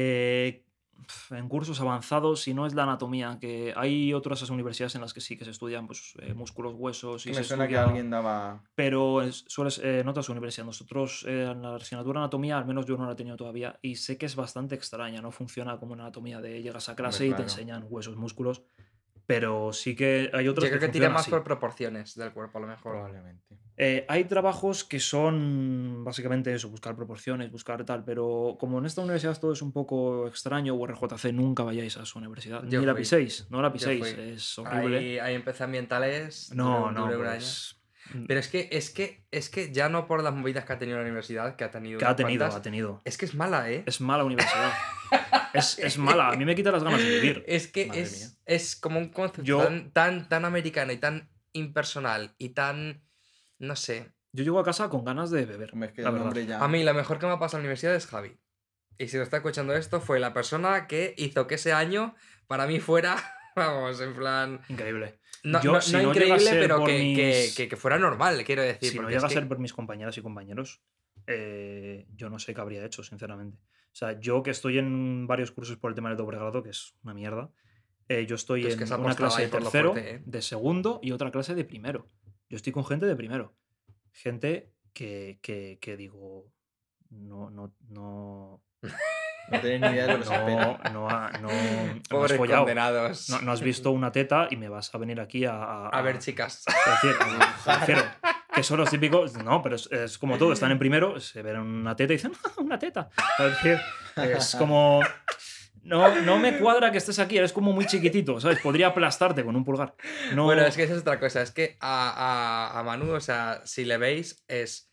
En cursos avanzados, si no es la anatomía, que hay otras universidades en las que sí que se estudian pues, músculos, huesos y Que se me suena que estudia- alguien daba... Pero en otras universidades, nosotros en la asignatura de anatomía, al menos yo no la he tenido todavía, y sé que es bastante extraña, no funciona como una anatomía de llegas a clase y te claro. enseñan huesos, músculos, pero sí que hay otras Yo creo que tira funcionan más así. por proporciones del cuerpo, a lo mejor. Probablemente. Hay trabajos que son básicamente eso, buscar proporciones, buscar tal, pero como en esta universidad todo es un poco extraño, URJC, nunca vayáis a su universidad. Yo Ni la fui. piséis, no la Yo piséis, fui. es horrible. Ahí empecé ambientales. No, duré un año. pues... Pero es que ya no por las movidas que ha tenido la universidad, que ha tenido. Que ha unas tenido, cuantas, ha tenido. Es que es mala, ¿eh? Es mala universidad. es mala, a mí me quita las ganas de vivir. Es que Madre mía. es como un concepto Yo- tan americano y tan impersonal y tan. No sé. Yo llego a casa con ganas de beber. Hombre, es que la el verdad. nombre ya... A mí, lo mejor que me ha pasado en la universidad es Javi. Y si lo está escuchando esto, fue la persona que hizo que ese año para mí fuera. Vamos, en plan. Increíble. No, Yo, no- si no no llega a increíble, ser pero por que, mis- que fuera normal, quiero decir. Si no porque llega a es que- ser por mis compañeras y compañeros, yo no sé qué habría hecho, sinceramente. O sea, yo que estoy en varios cursos por el tema del doble grado, que es una mierda, yo estoy Tú es que en se ha una apostado clase de ahí por lo tercero, fuerte, ¿eh? de segundo y otra clase de primero. Yo estoy con gente de primero. Gente que digo, no No tenéis ni idea de lo que se espera. no has Pobres follado. condenados. No has visto una teta y me vas a venir aquí A ver, chicas. me refiero, que son los típicos. No, pero es como todo. Están en primero, se ven una teta y dicen, una teta. Es decir, es como. No me cuadra que estés aquí, eres como muy chiquitito, ¿sabes? Podría aplastarte con un pulgar. No, Bueno, es que esa es otra cosa. Es que a Manu, o sea, si le veis, es.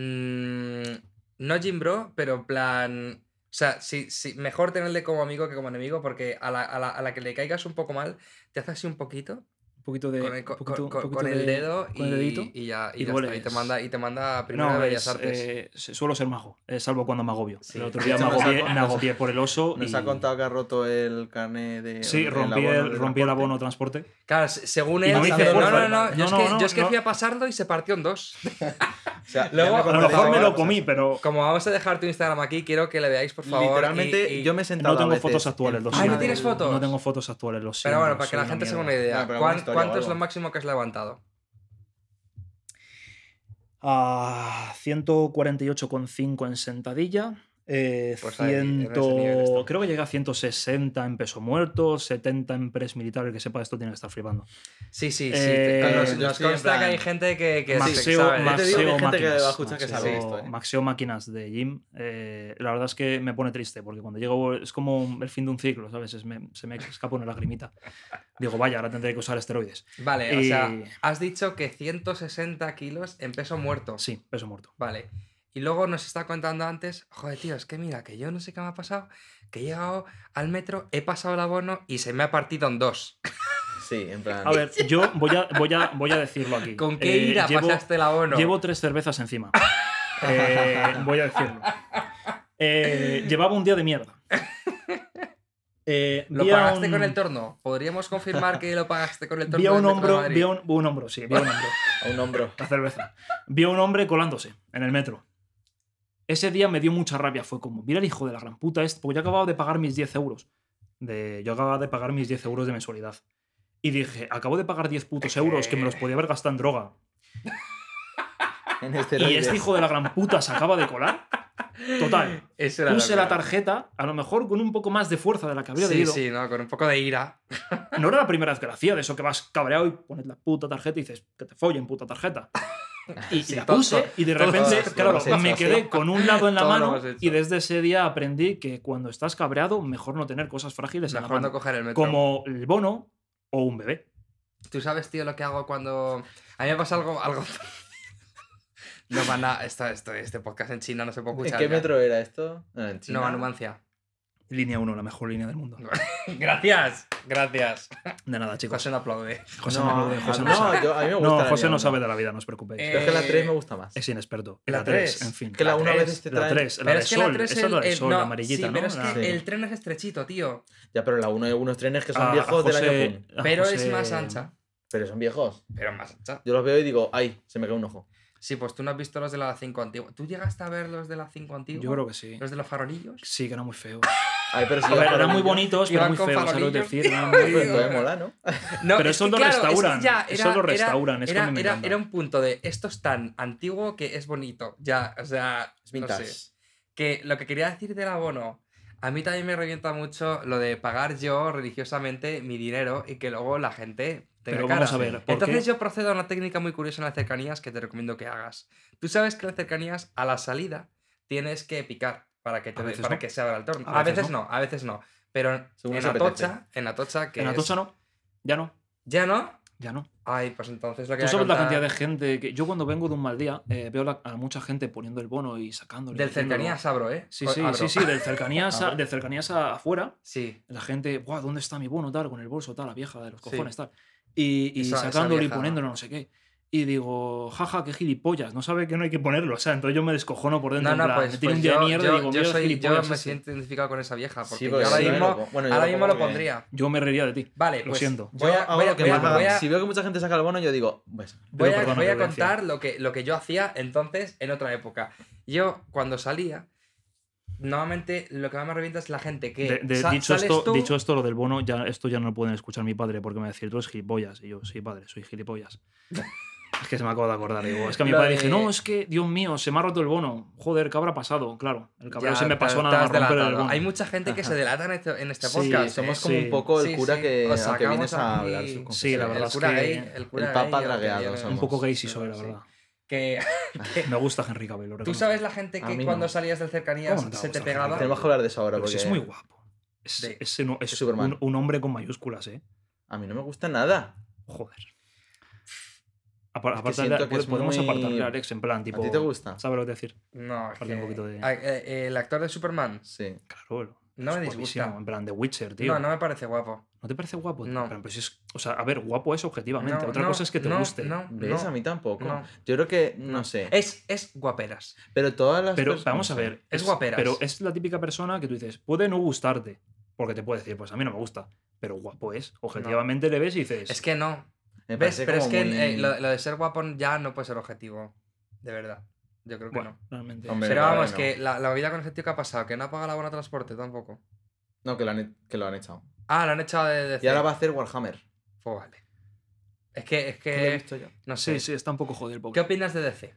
No gym bro, pero en plan. O sea, mejor tenerle como amigo que como enemigo, porque a la que le caigas un poco mal, te hace así un poquito. un poquito de. Con el, un poquito- un poquito con el de- dedo con el dedito. y ya, y y ya duele, está. Y es- te manda primero a No, Bellas Artes. suelo ser majo, salvo cuando me agobio. Sí. El otro De día hecho, me agobié por el oso. Nos y... ha contado que ha roto el carnet de... Sí, rompí el transporte. abono transporte. Claro, según y él, no hice dice, fuerza, no, yo no, es que no. fui a pasarlo y se partió en dos. O sea, Luego, ya A lo contado mejor me varias lo cosas. comí, pero Como vamos a dejar tu Instagram aquí, quiero que le veáis, por favor. Literalmente, y- yo me he sentado no tengo a veces fotos actuales. Lo encima Ay, ¿no siento. tienes fotos? No tengo fotos actuales, lo Pero siento, bueno, para que soy la gente se haga una mierda. idea. No, pero buena historia o ¿Cuánto es algo. lo máximo que has levantado? 148,5 en sentadilla. Pues ahí, en ese nivel estamos. Creo que llega a 160 en peso muerto, 70 en press militar. El que sepa esto tiene que estar flipando. Sí. yo Nos estoy en consta que plan- hay gente que Maxeo, sabe. Yo te digo que hay Maxeo gente que máquinas, va a escuchar que sabe esto, ¿eh? Maxeo máquinas de gym. La verdad es que me pone triste porque cuando llego es como el fin de un ciclo, ¿sabes? Se me escapa una lagrimita. Digo, vaya, ahora tendré que usar esteroides. Vale, o Y- sea, has dicho que 160 kilos en peso muerto. Sí, peso muerto. Vale. Y luego nos está contando antes, joder, tío, es que mira, que yo no sé qué me ha pasado, que he llegado al metro, he pasado el abono y se me ha partido en dos. Sí, en plan... A ver, yo voy a decirlo aquí. ¿Con qué ira pasaste el abono? Llevo 3 cervezas encima. Voy a decirlo. Llevaba un día de mierda. ¿Lo Vi a pagaste un- con el torno? ¿Podríamos confirmar que lo pagaste con el torno? Vi a un del Metro de hombro, Madrid? vi a un hombro, sí, vi a un hombro. A un hombro. La cerveza. Vi a un hombre colándose en el metro. ese día me dio mucha rabia. Fue como, mira el hijo de la gran puta este, porque yo acababa de pagar mis 10 euros. Yo acababa de pagar mis 10 euros de mensualidad. Y dije, acabo de pagar 10 putos euros que me los podía haber gastado en droga. Y este hijo de la gran puta se acaba de colar. Total. Puse la tarjeta, a lo mejor con un poco más de fuerza de la que habría debido. Sí, no, con un poco de ira. No era la primera vez que lo hacía, de eso que vas cabreado y pones la puta tarjeta y dices, que te follen, puta tarjeta. Y la puse y de repente, claro, me quedé con un lado en la mano y desde ese día aprendí que cuando estás cabreado, mejor no tener cosas frágiles en la mano. No coger el metro. Como el bono o un bebé. ¿Tú sabes, tío, lo que hago cuando... A mí me pasa algo... No van a... Este podcast en China no se puede escuchar. ¿En qué metro era esto? En China. No, Numancia. Línea 1, la mejor línea del mundo. Gracias. De nada, chicos. José no aplaude. José no aplaude. José no sabe. A mí me gusta. No, José no sabe de la vida, no os preocupéis. Es que la 3 me gusta más. Es inexperto. La 3, en fin. Que la 1 a veces te trae... La 3, la de sol. Esa es la de sol, la amarillita, sí, ¿no? pero es que el tren es estrechito, tío. Ya, pero en la 1 hay algunos trenes que son viejos del año pun. Pero es más ancha. Pero son viejos. Pero más ancha. Yo los veo y digo, ay, se me cae un ojo. Sí, pues tú no has visto los de la 5 antigua. ¿Tú llegaste a ver los de la 5 antigua? Yo creo que sí. ¿Los de los farolillos? Sí, que eran muy feos. Ay, pero sí, eran muy bonitos, pero muy feos, ¿sabes decir? Eran muy feos. Mola, ¿no? Pero eso lo restauran. Eso lo restauran. Era un punto de esto es tan antiguo que es bonito. Ya, o sea, es vintage. No sé. Que lo que quería decir del abono, a mí también me revienta mucho lo de pagar yo religiosamente mi dinero y que luego la gente tenga pero cara. Vamos a ver, Entonces yo procedo a una técnica muy curiosa en las cercanías que te recomiendo que hagas. Tú sabes que en las cercanías, a la salida, tienes que picar para que, que se abra el torno. A veces no. Pero en Atocha, que en Atocha no. Ya no. ¿Ya no? Ya no. Ay, pues entonces lo que... Tú sabes la cantidad de gente que... Yo cuando vengo de un mal día veo a mucha gente poniendo el bono y sacándolo. Del cercanías abro, ¿eh? Sí, del cercanías afuera. Sí. La gente, ¡buah! ¿Dónde está mi bono? Tal, con el bolso, tal, la vieja de los cojones, tal. Y sacándolo y poniéndolo, no sé qué. Y digo, jaja, qué gilipollas, no sabe que no hay que ponerlo. O sea, entonces yo me descojono por dentro. Pues, me tiene un día de mierda y digo, yo me siento identificado con esa vieja. Porque yo ahora mismo lo pondría. Yo me reiría de ti. Vale, lo siento. Si veo que mucha gente saca el bono, yo digo, pues. Voy a contar lo que yo hacía entonces en otra época. Yo, cuando salía, normalmente lo que más me revienta es la gente que. Dicho esto, lo del bono, esto ya no lo pueden escuchar mi padre porque me va a decir, tú eres gilipollas. Y yo, sí, padre, soy gilipollas. Es que se me acaba de acordar. Digo, es que a mi padre dije, no, es que, Dios mío, se me ha roto el bono. Joder, ¿qué habrá pasado? Claro, el cabreo se me pasó nada más romper el bono. Hay mucha gente que se delata en este podcast. Somos como un poco el cura que vienes a hablar. Sí, la verdad es que... El papa dragueado. Un poco gay sí soy, la verdad. Me gusta Henry Cavill. ¿Tú sabes la gente que cuando salías del cercanías se te pegaba? Tenemos que hablar de eso ahora. Porque es muy guapo. Es un hombre con mayúsculas, ¿eh? A mí no me gusta nada. Joder. Aparte de podemos apartarle a Alex en plan, tipo. ¿A ti te gusta? ¿Sabes lo que decir? No, es que... un poquito de... ¿El actor de Superman? Sí. Claro. No me disgusta. En plan, The Witcher, tío. No me parece guapo. ¿No te parece guapo? No. Pero pues o sea, a ver, guapo es objetivamente. Otra cosa es que te guste. ¿Ves? A mí tampoco. Yo creo que, no sé. Es guaperas. Pero todas las personas... Vamos a ver. Es guaperas. Pero es la típica persona que tú dices, puede no gustarte. Porque te puede decir, pues a mí no me gusta. Pero guapo es. Objetivamente le ves y dices... Es que no. ¿Ves? Pero es que lo de ser guapo ya no puede ser objetivo. De verdad. Yo creo que no. Realmente. Hombre, pero vamos, que la vida con ese tío que ha pasado, que no ha pagado la buena transporte tampoco. No, que lo han echado. Ah, lo han echado de DC. Y ahora va a hacer Warhammer. Pues vale. Es que... ¿Qué lo he visto yo? No sé. Sí, está un poco jodido el poco. ¿Qué opinas de DC?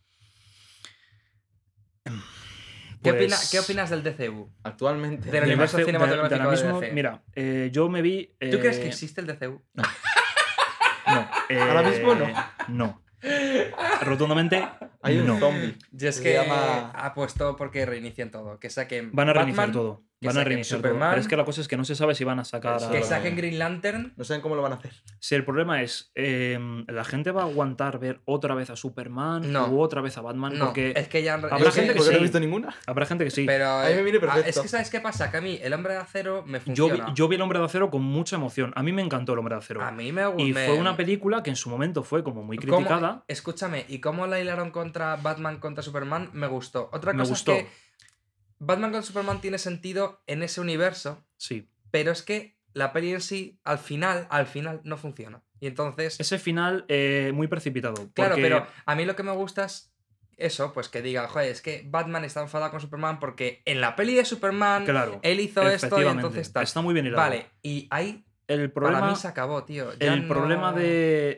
¿Qué opinas del DCU? Actualmente. Del universo cinematográfico de DC. Mira, yo me vi... ¿Tú crees que existe el DCU? No. Ahora mismo no. No. Rotundamente hay un zombie. Yo es que apuesto porque reinician todo. Que saquen Van a reiniciar todo. Van a reiniciar todo. Pero es que la cosa es que no se sabe si van a sacar... Que saquen Green Lantern. No saben cómo lo van a hacer. Si el problema es, ¿la gente va a aguantar ver otra vez a Superman u otra vez a Batman? No, porque es que ya... Habrá gente que sí. no he visto ninguna. Habrá gente que sí. Pero a mí me viene perfecto. Es que ¿sabes qué pasa? Que a mí el Hombre de Acero me funciona. Yo vi el Hombre de Acero con mucha emoción. A mí me encantó el Hombre de Acero. A mí me gustó. Y fue una película que en su momento fue como muy criticada. Escúchame, y cómo la hilaron contra Batman contra Superman, me gustó. Otra cosa es que Batman contra Superman tiene sentido en ese universo. Sí. Pero es que la peli en sí, al final no funciona. Y entonces... Ese final muy precipitado. Claro, pero a mí lo que me gusta es eso, pues que diga, joder, es que Batman está enfadado con Superman porque en la peli de Superman Claro, él hizo esto y efectivamente. entonces tal. Está muy bien hilado. Vale, y ahí El para problema, mí se acabó, tío. Ya el problema no-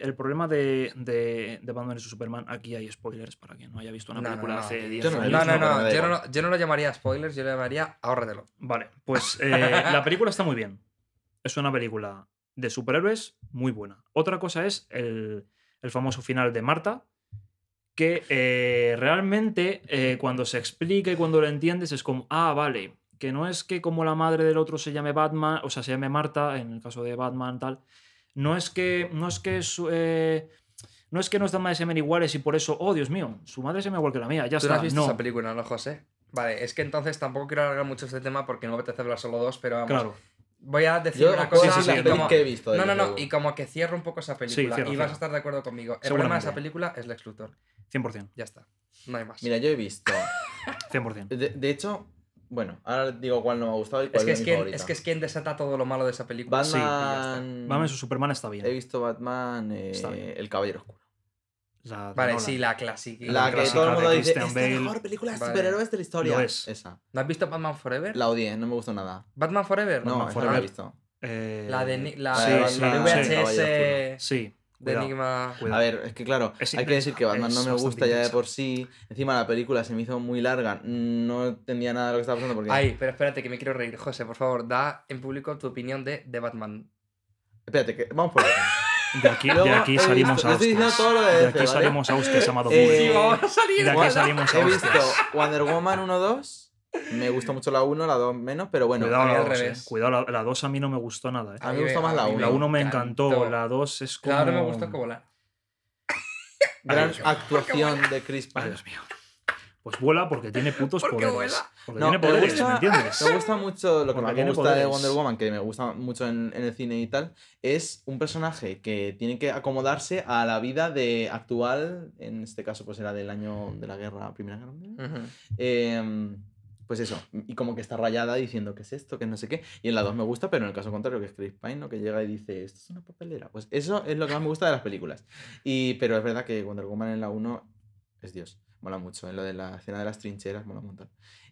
de Batman y Superman, aquí hay spoilers para quien no haya visto una No, película no, no. hace 10 Yo no, años. No, no, pero me no, da yo igual. no, yo no lo llamaría spoilers, yo lo llamaría ahórratelo. Vale, pues la película está muy bien. Es una película de superhéroes muy buena. Otra cosa es el famoso final de Marta, que realmente cuando se explica y cuando lo entiendes es como, ah, vale, que no es que como la madre del otro se llame Batman, o sea, se llame Marta, en el caso de Batman tal, no es que no nuestras madres se llamen iguales y por eso, oh, Dios mío, su madre se llama igual que la mía, ya ¿Tú está. no has visto No, esa película, no, José? Vale, es que entonces tampoco quiero alargar mucho este tema porque no me apetece hablar solo dos, pero vamos. claro. Voy a decir Yo una puedo cosa decir sí, las y pelis como... que he visto. No, desde no, no, luego. y como que cierro un poco esa película cierra, y vas a cierra. estar de acuerdo conmigo. El problema de Seguramente. esa película es Lex Luthor. 100%. Ya está. No hay más. Mira, yo he visto. 100%. De hecho, bueno, ahora digo cuál no me ha gustado y cuál es es mi quien, favorita. es que es quien desata todo lo malo de esa película. Sí, y ya Batman. Batman y su Superman está bien. He visto Batman, Está bien. El Caballero Oscuro. La de Vale, Nolan. sí, la clásica. La que clásica todo el de mundo dice, Christian es la Bale. mejor película de Vale. superhéroes de la historia. Lo es. Esa. ¿No has visto Batman Forever? La odié, no me gustó nada. ¿Batman Forever? No, Batman esa no la he Forever. visto. La de la Sí, de sí, VHS sí. Sí. de Cuidado. Enigma. Cuidado. A ver, es que claro, Es hay que decir que Batman es no me bastante gusta ya de intensa. por sí. Encima la película se me hizo muy larga, no entendía nada de lo que estaba pasando porque... Ay, pero espérate que me quiero reír. José, por favor, da en público tu opinión de Batman. Espérate, que vamos por orden. De aquí Luego salimos he visto- a yo estoy diciendo hostias. todo lo de De DC, aquí ¿vale? salimos a hostias, amado Eh, público. Sí, vamos a salir. De aquí igual. salimos a He visto hostias. Wonder Woman 1-2. Me gustó mucho la 1, la 2 menos, pero bueno. Cuidado a mí la al 2, revés. Cuidado, la 2 a mí no me gustó nada. A mí me gustó más la a mí 1. La 1 me encantó. encantó, la 2 es como... Claro, me gustó como la. Gran Dios mío. actuación de Chris Ay, Pine. Dios mío. Pues vuela porque tiene putos ¿Por qué poderes. vuela? Porque No, tiene poderes, ¿me entiendes? me gusta mucho lo que Porque más me tiene gusta de poderes. Wonder Woman, que me gusta mucho en el cine y tal, es un personaje que tiene que acomodarse a la vida de actual, en este caso pues era del año de la guerra, Primera Guerra Mundial. Ujú. Pues eso, y como que está rayada diciendo que es esto, que no sé qué. Y en la 2 me gusta, pero en el caso contrario, que es Chris Pine, ¿no? Que llega y dice, esto es una papelera. Pues eso es lo que más me gusta de las películas. Pero es verdad que Wonder Woman en la 1 es Dios, mola mucho. En lo de la escena de las trincheras mola un montón.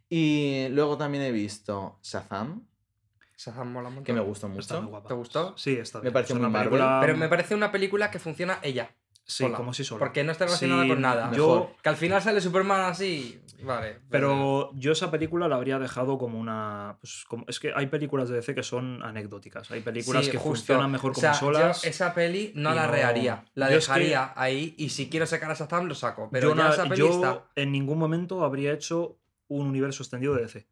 Y luego también he visto Shazam, Shazam mola un montón. que me gustó Está muy mucho. guapa. ¿Te gustó? Sí, está Me bien. pareció Es una muy Marvel, película- Pero me parece una película que funciona ella. Sí, sola, como si sola. Porque no está relacionada Sí, con nada. mejor. Que al final sale Superman así. Vale. Pero yo esa película la habría dejado como una... Pues, es que hay películas de DC que son anecdóticas. Hay películas Sí, que justo. funcionan mejor O como sea, solas. yo esa peli no y la no- reharía. La Yo es que- dejaría ahí y si quiero sacar a Shazam lo saco. Pero yo ya esa peli está. en ningún momento habría hecho un universo extendido de DC.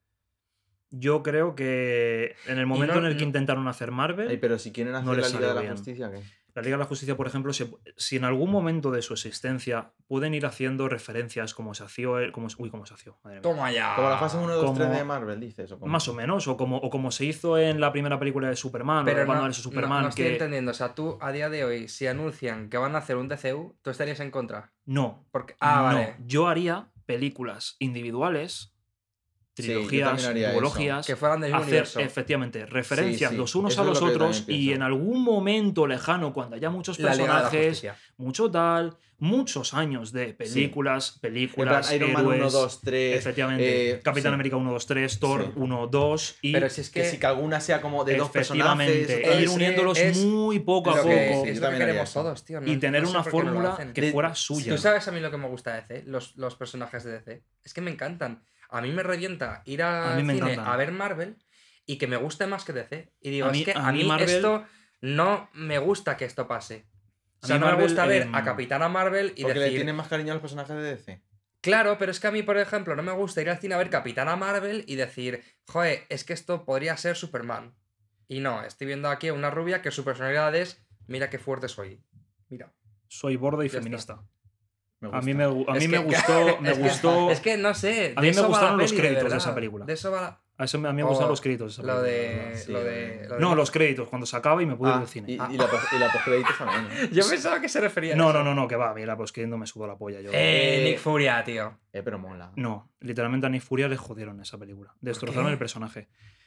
Yo creo que en el momento no- en el que no- intentaron hacer Marvel, Ay, pero si quieren hacer no les la Liga salió de la bien. Justicia, ¿qué? la Liga de la Justicia, por ejemplo, si en algún momento de su existencia pueden ir haciendo referencias como se hacía... Como se hacía, madre mía. Toma ya. Como la fase 1, 2, 3 como- de Marvel, dices. ¿O cómo? Más o menos, o como se hizo en la primera película de Superman, o de Pero Batman no, vs Superman, no estoy que entendiendo. O sea, tú a día de hoy, si anuncian que van a hacer un DCU, tú estarías en contra. no, Porque... no, vale. yo haría películas individuales, Sí, yo trilogías, también haría eso. duologías, Que fueran del hacer universo. efectivamente referencias Sí, sí, los unos eso a es los lo que yo otros también y pienso. en algún momento lejano, cuando haya muchos La Liga de la personajes, Justicia. mucho tal, muchos años de películas, En plan, Iron Man héroes, 1, 2, 3. efectivamente, Capitán sí. América 1, 2, 3, Thor Sí. 1, 2 y Pero si es Que que... si que alguna sea como de dos personajes. efectivamente, otra ir vez- uniéndolos es muy poco a lo poco que, Sí, es yo lo que también haría queremos eso. todos, tío. y tener no sé una por qué no lo fórmula hacen. que fuera suya. Tú sabes a mí lo que me gusta de DC, los personajes de DC. Es que me encantan. A mí me revienta ir A al mí me cine encantan. a ver Marvel y que me guste más que DC. Y digo, A mí- es que a a mí mí Marvel- esto no me gusta que esto pase. O A sea, mí no me Marvel, gusta ver a Capitana Marvel y Porque le decir... tienen más cariño a los personajes de DC. Claro, pero es que a mí, por ejemplo, no me gusta ir al cine a ver Capitana Marvel y decir, joder, es que esto podría ser Superman. Y no, estoy viendo aquí a una rubia que su personalidad es, mira qué fuerte soy. Mira. Soy borde y Ya feminista. Me A mí gusta. me, a Es mí me que- gustó, me es que- gustó. Es que no sé. A de mí me eso va la gustaron los peli, créditos de verdad. esa película. De eso va. A mí me gustan o los créditos. de esa Lo película, de. la verdad. Sí, lo de. lo de- No, los créditos, cuando se acaba y me pude ir Ah, del cine. y la postcréditos también. ¿eh? Yo pensaba que se refería a No, eso. no, que va, a mí la poscriendo me sudó la polla. Yo... Nick Furia, tío. Pero mola. No, literalmente a Nick Furia le jodieron esa película. Destrozaron qué? el personaje.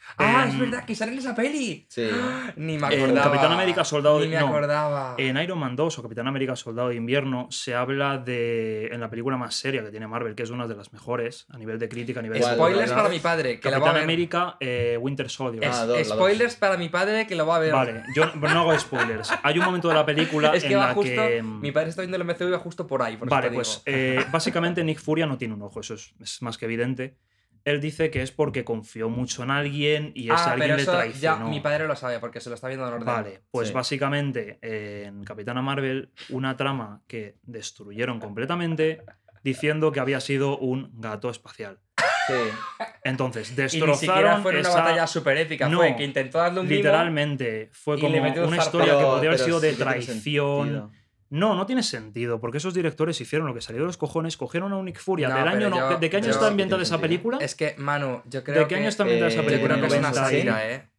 Es verdad, que sale en esa peli. Sí. Ni me acordaba. En Capitán América Soldado Ni me acordaba. En Iron Man 2 o Capitán América Soldado de Invierno se habla de, en la película más seria que tiene Marvel, que es una de las mejores a nivel de crítica, a nivel de Spoilers para mi padre, que la va a Capitán ver. América Winter Soldier. Spoilers para mi padre, que lo va a ver. Vale, yo no hago spoilers. Hay un momento de la película es que en va la justo, que... mi padre está viendo el MCU y va justo por ahí. Por vale, eso te pues digo. básicamente Nick Furia no tiene un ojo, eso es más que evidente. Él dice que es porque confió mucho en alguien y ese alguien pero le eso traicionó. ya mi padre lo sabe porque se lo está viendo en orden. Vale, pues Sí. básicamente en Capitana Marvel una trama que destruyeron completamente diciendo que había sido un gato espacial. Sí. Entonces, Y destrozaron ni siquiera fue una esa... batalla súper épica, No, fue que intentó darle un mimo. Literalmente, fue y como le metió un una zarpazo. historia que podría haber Pero sido sí de que tiene traición. sentido. No tiene sentido, porque esos directores hicieron lo que salió de los cojones, cogieron a un Nick Furia No, del año... pero yo- ¿De qué año yo- está ambientada tiene esa sentido. película? Es que, Manu, yo creo ¿De qué año está ambientada esa yo película? creo que es una 90, sátira, ¿sí?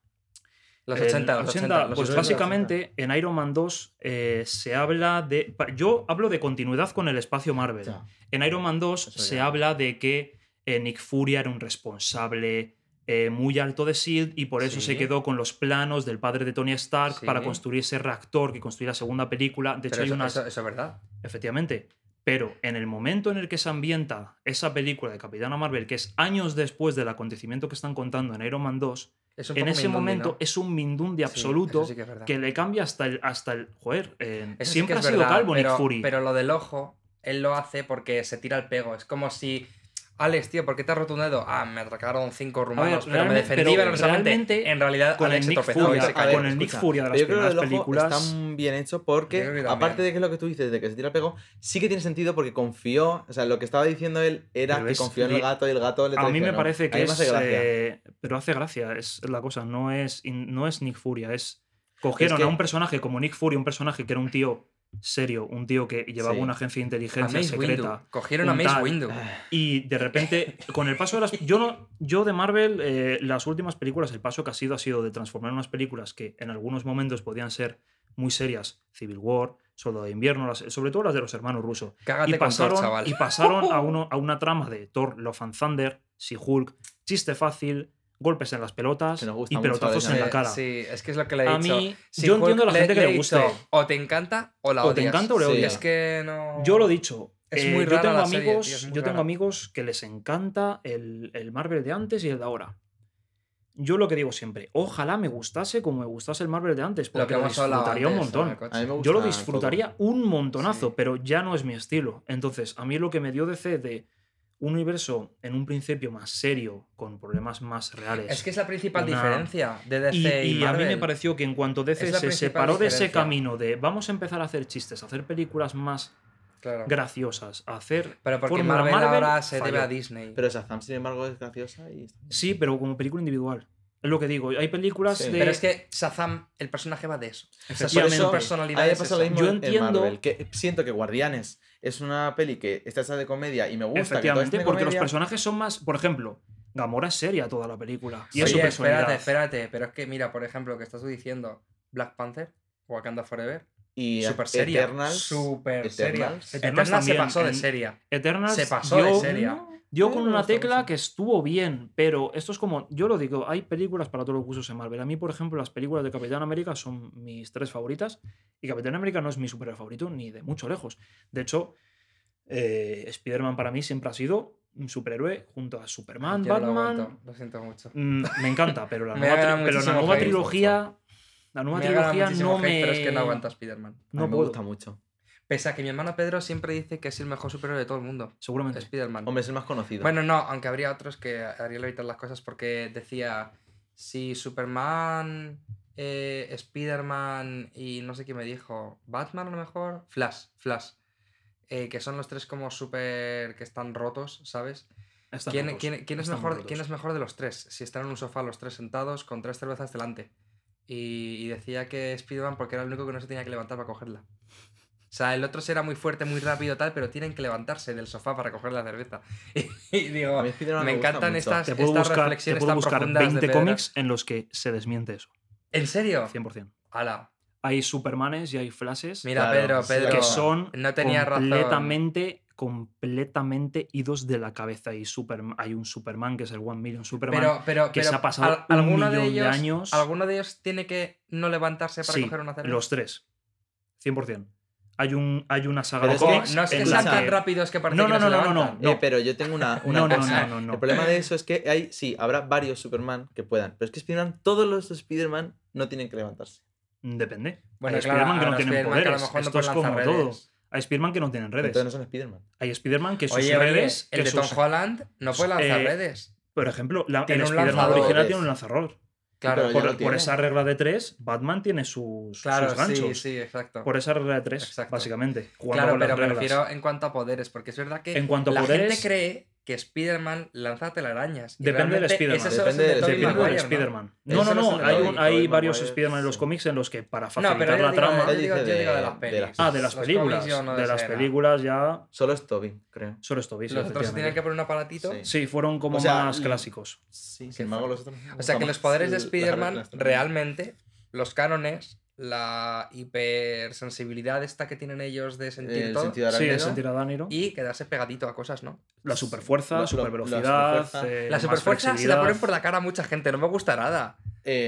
Los El 80, los 80. Los Pues 80, básicamente en Iron Man 2 se habla de... Yo hablo de continuidad con el espacio Marvel. Ya. En Iron Man 2 Eso se ya. habla de que Nick Furia era un responsable muy alto de S.H.I.E.L.D. y por eso Sí. se quedó con los planos del padre de Tony Stark Sí. para construir ese reactor que construyó la segunda película. De hecho, Pero hay eso, unas... eso es verdad. Efectivamente. Pero en el momento en el que se ambienta esa película de Capitana Marvel, que es años después del acontecimiento que están contando en Iron Man 2, Es un en poco ese Mindundi, momento ¿no? es un Mindundi Sí, absoluto eso sí que es verdad. que le cambia hasta el joder, Eso sí siempre que ha es sido verdad, calvo pero, Nick Fury. Pero lo del ojo, él lo hace porque se tira el pego. Es como si... Alex, tío, ¿por qué te has roto un dedo? Me atracaron 5 rumanos, pero me realmente- defendí pero venerosamente. realmente, En realidad, con Alex el se Nick tropezó Fury, y se con cayó. el Nick Escucha, Fury de las yo creo que primeras el ojo películas... está bien hecho Yo porque, creo que también. aparte de que es lo que tú dices, de que se tira el pego, sí que tiene sentido porque confió, o sea, lo que estaba diciendo él era Pero que es confió en el gato y el gato le A mí me traicionó. parece que A mí me hace gracia. pero hace gracia, es la cosa, no es Nick Furia, es... Cogieron Es que- a un personaje como Nick Fury, un personaje que era un tío serio, un tío que llevaba Sí. una agencia de A inteligencia Mace secreta. Windu. Cogieron a un Mace tal. Windu. Y de repente, con el paso de las... Yo de Marvel, las últimas películas, el paso que ha sido de transformar unas películas que en algunos momentos podían ser muy serias, Civil War, Soldado de Invierno, sobre todo las de los hermanos rusos. Cágate con Thor, chaval. Y pasaron a una trama de Thor, Love and Thunder, She-Hulk, chiste fácil, golpes en las pelotas Que nos gusta y mucho pelotazos a en la Alex. cara. Sí, es que es lo que le he A dicho. mí, Si yo entiendo a la Hulk gente que le he guste. dicho, o te encanta o la O odias. te encanta o le Sí. odias. Es que no... Yo lo he dicho. Es muy yo rara tengo la serie, amigos, tío, es muy yo tengo rara. amigos que les encanta el Marvel de antes y el de ahora. Yo lo que digo siempre, ojalá me gustase como me gustase el Marvel de antes, Lo porque que lo hemos hablado disfrutaría un antes, montón. en el coche. A mí me gusta Yo lo disfrutaría un montonazo, Sí. pero ya no es mi estilo. Entonces, a mí lo que me dio DC de un universo en un principio más serio, con problemas más reales. Es que es la principal Una- diferencia de DC y, Y a mí Marvel. me pareció que en cuanto DC Es la se principal separó de ese diferencia. camino de vamos a empezar a hacer chistes, a hacer películas más Claro. graciosas, a hacer Pero porque fórmula Marvel, ahora se falló. debe a Disney. Pero Shazam, sin embargo, es graciosa y... Sí, pero como película individual. Es lo que digo. Hay películas Sí. de... Pero es que Shazam, el personaje va de eso. O sea, Efectivamente. su a personalidad mí me es pasa esa. lo mismo Yo en entiendo- Marvel, que siento que Guardianes es una peli que está hecha de comedia y me gusta. Efectivamente, que porque los personajes son más... Por ejemplo, Gamora es seria toda la película. Y es su Oye, personalidad. espérate. Pero es que, mira, por ejemplo, lo que estás tú diciendo, Black Panther, Wakanda Forever, y super seria. Eternals, Super seria. Eternals. Eternals Eternals se también, pasó de en- seria. Eternals Se pasó de seria. Dio Sí, con me una gusta tecla mucho. que estuvo bien, pero esto es como, yo lo digo, hay películas para todos los gustos en Marvel. A mí, por ejemplo, las películas de Capitán América son mis 3 favoritas y Capitán América no es mi superhéroe favorito ni de mucho lejos. De hecho, Spider-Man para mí siempre ha sido un superhéroe junto a Superman, Yo no lo Batman. aguanto, lo siento mucho. Me encanta, pero la Me nueva, gana pero la muchísimo nueva hate, trilogía, la nueva Me gana trilogía muchísimo no hate, me... pero es que no aguanta a Spider-Man. A mí No me puedo. gusta mucho. Pese a que mi hermano Pedro siempre dice que es el mejor superhéroe de todo el mundo. Seguramente. Spider-Man. Hombre, es el más conocido. Bueno, no, aunque habría otros que harían evitar las cosas porque decía, si Superman, Spider-Man y no sé quién me dijo, Batman a lo mejor, Flash, que son los tres como súper que están rotos, ¿sabes? Están ¿Quién, rotos, quién es están muy mejor, ¿Quién rotos. es mejor de los tres? Si están en un sofá los tres sentados con 3 cervezas delante. Y decía que Spider-Man porque era el único que no se tenía que levantar para cogerla. O sea, el otro será muy fuerte, muy rápido, tal, pero tienen que levantarse del sofá para coger la cerveza. Y digo, A mí Spider-Man me gusta encantan mucho. estas, Te puedo estas buscar, reflexiones te puedo tan buscar profundas de 20 Pedro. cómics en los que se desmiente eso. ¿En serio? 100%. Ala. hay Supermanes y hay Flashes Mira, Claro, Pedro, que son no tenía completamente idos de la cabeza. Hay un Superman que es el 1 Million Superman, que se ha pasado un ¿alguno millón de de años. ¿Alguno de ellos tiene que no levantarse para Sí, coger una cerveza? los 3. 100%. Hay una saga Pero de es que cómics No es que en la sean tan rápidos que parece No, que no, no, se no, no, levantan. no. Pero yo tengo una No, no, cosa. no. El problema de eso es que habrá varios Superman que puedan. Pero es que Spider-Man, todos los Spider-Man no tienen que levantarse. Depende. Bueno, hay claro, Spider-Man que no habrá tienen Spider-Man que a lo poderes. mejor no Esto es pueden como lanzar todo. redes. Hay Spider-Man que no tienen redes. Entonces no son Spider-Man. Hay Spider-Man que sus Oye, redes... el que de Tom sus- Holland no puede lanzar redes. Por ejemplo, el Tiene un Spider-Man lanzador. original tiene un lanzador. Claro, pero ya lo Por tiene. esa regla de 3, Batman tiene sus claro, ganchos. sí, exacto. Por esa regla de 3, Exacto. básicamente. Jugando Claro, con las pero me reglas. refiero en cuanto a poderes, porque es verdad que En cuanto a la poderes- gente cree que Spider-Man lanza telarañas. y Depende del realmente Spider-Man. ese solo es Depende el de Tobey Depende del Maguire, ¿no? Spider-Man. Ese No, es el de hay Tobey varios Maguire, Spider-Man en los sí. cómics en los que para No, facilitar pero la trama... Él dice yo digo de de- las de pelis. las- de las Los películas. cómics yo no De las sé nada. películas ya... Solo es Toby, creo. Solo es Toby, sí, Los otros se tienen efectivamente. que poner un aparatito. Sí. Sí, fueron como O sea, más clásicos. Sí, Qué sin embargo los otros. O sea que los poderes de Las Spider-Man, reglas también. realmente, los cánones, la hipersensibilidad esta que tienen ellos de sentir El todo, sentido Sí, arácnido. es sentir a Daniro. y quedarse pegadito a cosas, ¿no? La superfuerza, La supervelocidad... superfuerza. La superfuerza se la ponen por la cara a mucha gente, no me gusta nada.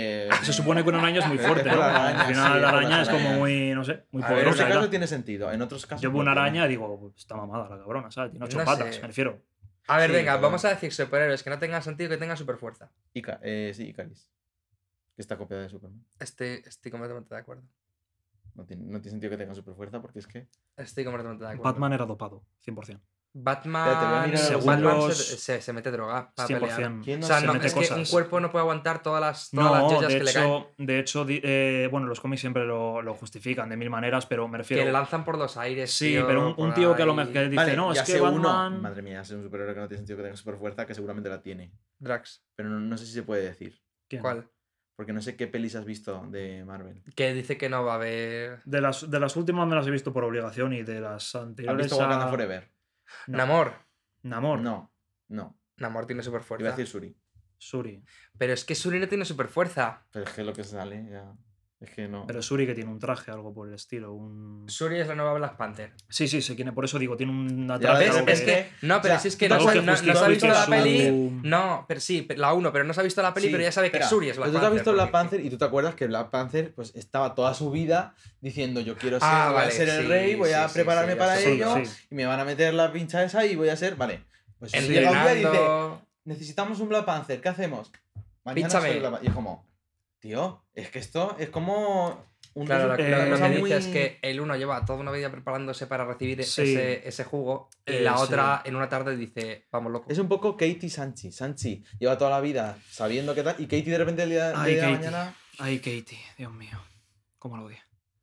Se supone que una araña es muy fuerte, Es ¿no? por la araña, Al final sí, la es por araña las es como arañas. muy, no sé, muy A ver, en poderosa. este caso ¿verdad? tiene sentido, en otros casos. Yo veo no una tiene. araña y digo, pues, está mamada la cabrona, ¿sabes? Tiene 8 No patas, sé. me refiero. A ver, Sí, venga, pero- vamos a decir superhéroes que no tengan sentido que tengan superfuerza. Sí, Icaris. Que está copiada de Superman. Estoy completamente de acuerdo. No tiene sentido que tenga superfuerza porque es que. Estoy completamente de acuerdo. Batman era dopado, 100%. Batman, Espérate, voy a mirar Según Batman los- se mete droga para pelear. 100%. ¿Quién O sea, se no, mete es que un cosas. cuerpo no puede aguantar todas las No, joyas que le caen. de hecho, bueno, los cómics siempre lo justifican de mil maneras, pero me refiero... Que le lanzan por los aires. Sí, tío, pero un por tío que a lo ahí. mejor que dice, Vale, no, ya es que sé Batman... uno. Madre mía, ya sé un superhéroe que no tiene sentido que tenga superfuerza, que seguramente la tiene. Drax. Pero no sé si se puede decir. ¿Quién? ¿Cuál? Porque no sé qué pelis has visto de Marvel. Que dice que no va a haber. De las últimas me las he visto por obligación y de las ¿Has anteriores visto Wakanda Forever? No. Namor. Namor. No. Namor tiene Iba a superfuerza. decir Suri. Suri. Pero es que Suri no tiene superfuerza. Pero es que lo que sale ya. Es que no. Pero Suri que tiene un traje, algo por el estilo. Suri es la nueva Black Panther. Sí, sé quién es, por eso digo, tiene un Ya traje. ves, algo Es que. No, pero O sea, si es que algo no, que no se ha justifique visto la su- peli. No, pero sí, la 1, pero no se ha visto la peli, Sí, pero ya sabe que espera, Suri es Black pero Panther. tú te has visto Black porque- Panther y tú te acuerdas que Black Panther pues estaba toda su vida diciendo yo quiero ser, Ah, voy vale, a ser el sí, rey, voy a sí, prepararme sí, para ya sé. ello Sí. y me van a meter la pincha esa y voy a ser, vale. Pues Entrenando. llega un día y dice, necesitamos un Black Panther, ¿qué hacemos? Mañana Pínchame. soy Black Panther. Y es como, tío, es que esto es como un Claro, lo una que cosa dice muy- es que el uno lleva toda una vida preparándose para recibir Sí. ese jugo y la Sí. otra en una tarde dice, vamos loco. Es un poco Katie Sanchi. Sanchi lleva toda la vida sabiendo qué tal y Katie de repente el día Ay, de Katie. mañana... Ay, Katie, Dios mío. ¿Cómo lo odia?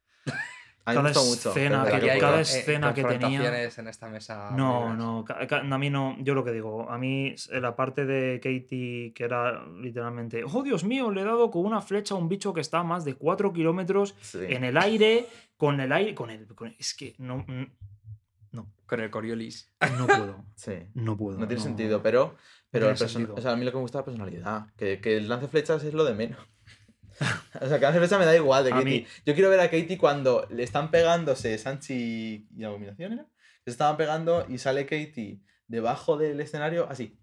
A mí me Cada gustó mucho. escena pero Aquí que- hay cada co- escena que tenía- confrontaciones en esta mesa. muy No, buenas. no, a mí no, yo lo que digo, a mí la parte de Katie que era literalmente, oh Dios mío, le he dado con una flecha a un bicho que está a más de 4 kilómetros Sí. en el aire, es que no Con el Coriolis. puedo, Sí. no puedo. No tiene sentido, pero tiene el sentido. o sea, a mí lo que me gusta es la personalidad. Que el lance flechas es lo de menos. O sea, que lance flechas me da igual de A Katie. mí- Yo quiero ver a Katie cuando le están pegándose Sanchi y Abominación, ¿era? Se estaban pegando y sale Katie debajo del escenario así.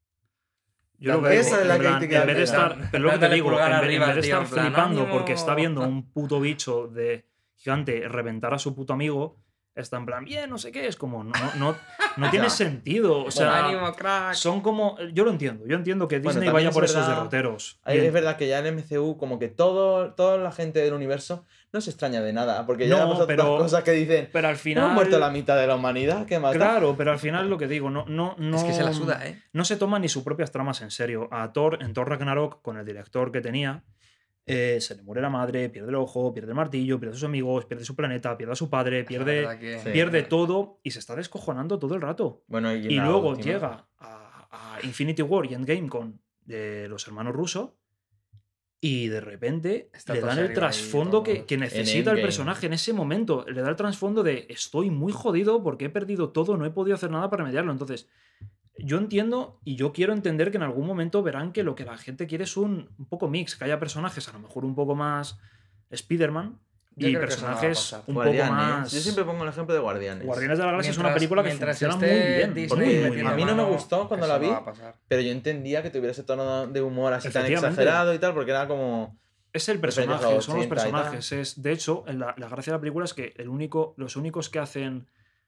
Yo lo que digo, Esa es la en plan, Katie que en vez de me estar, encanta. pero lo que te Dándole digo, pulgar en arriba, vez de tío, estar en plan, flipando ¡ánimo! porque está viendo un puto bicho de gigante reventar a su puto amigo, está en plan, bien, no sé qué, es como, no tiene Ya. sentido, o sea, ánimo, crack. son como, yo lo entiendo que Bueno, Disney también vaya es por esos verdad- derroteros. Ahí Bien. es verdad que ya en MCU, como que toda la gente del universo no se extraña de nada. Porque ya No, hemos otras pero- cosas que dicen. Pero al No final. han muerto la mitad de la humanidad, ¿qué más da?". Claro, pero al final lo que digo, no. Es que se la suda, ¿eh? No se toman ni sus propias tramas en serio. A Thor, en Thor Ragnarok, con el director que tenía, se le muere la madre, pierde el ojo, pierde el martillo, pierde a sus amigos, pierde su planeta, pierde a su padre, La pierde, verdad que- Sí. pierde todo y se está descojonando todo el rato. Bueno, Y la luego última- llega a Infinity War y Endgame con los hermanos rusos y de repente Está le todo dan el serio ahí, trasfondo todo. que necesita el Endgame. personaje en ese momento. Le da el trasfondo de estoy muy jodido porque he perdido todo, no he podido hacer nada para remediarlo. Entonces, yo entiendo y yo quiero entender que en algún momento verán que lo que la gente quiere es un poco mix, que haya personajes a lo mejor un poco más Spider-Man Y personajes un poco más... Yo siempre pongo el ejemplo de Guardianes. Guardianes de la Galaxia es una película que funciona muy bien. Disney, a mí no me gustó cuando la vi, no pero yo entendía que tuviera ese tono de humor así tan exagerado y tal, porque era como... Es el personaje, son los personajes. De hecho, la gracia de la película es que los únicos que hacen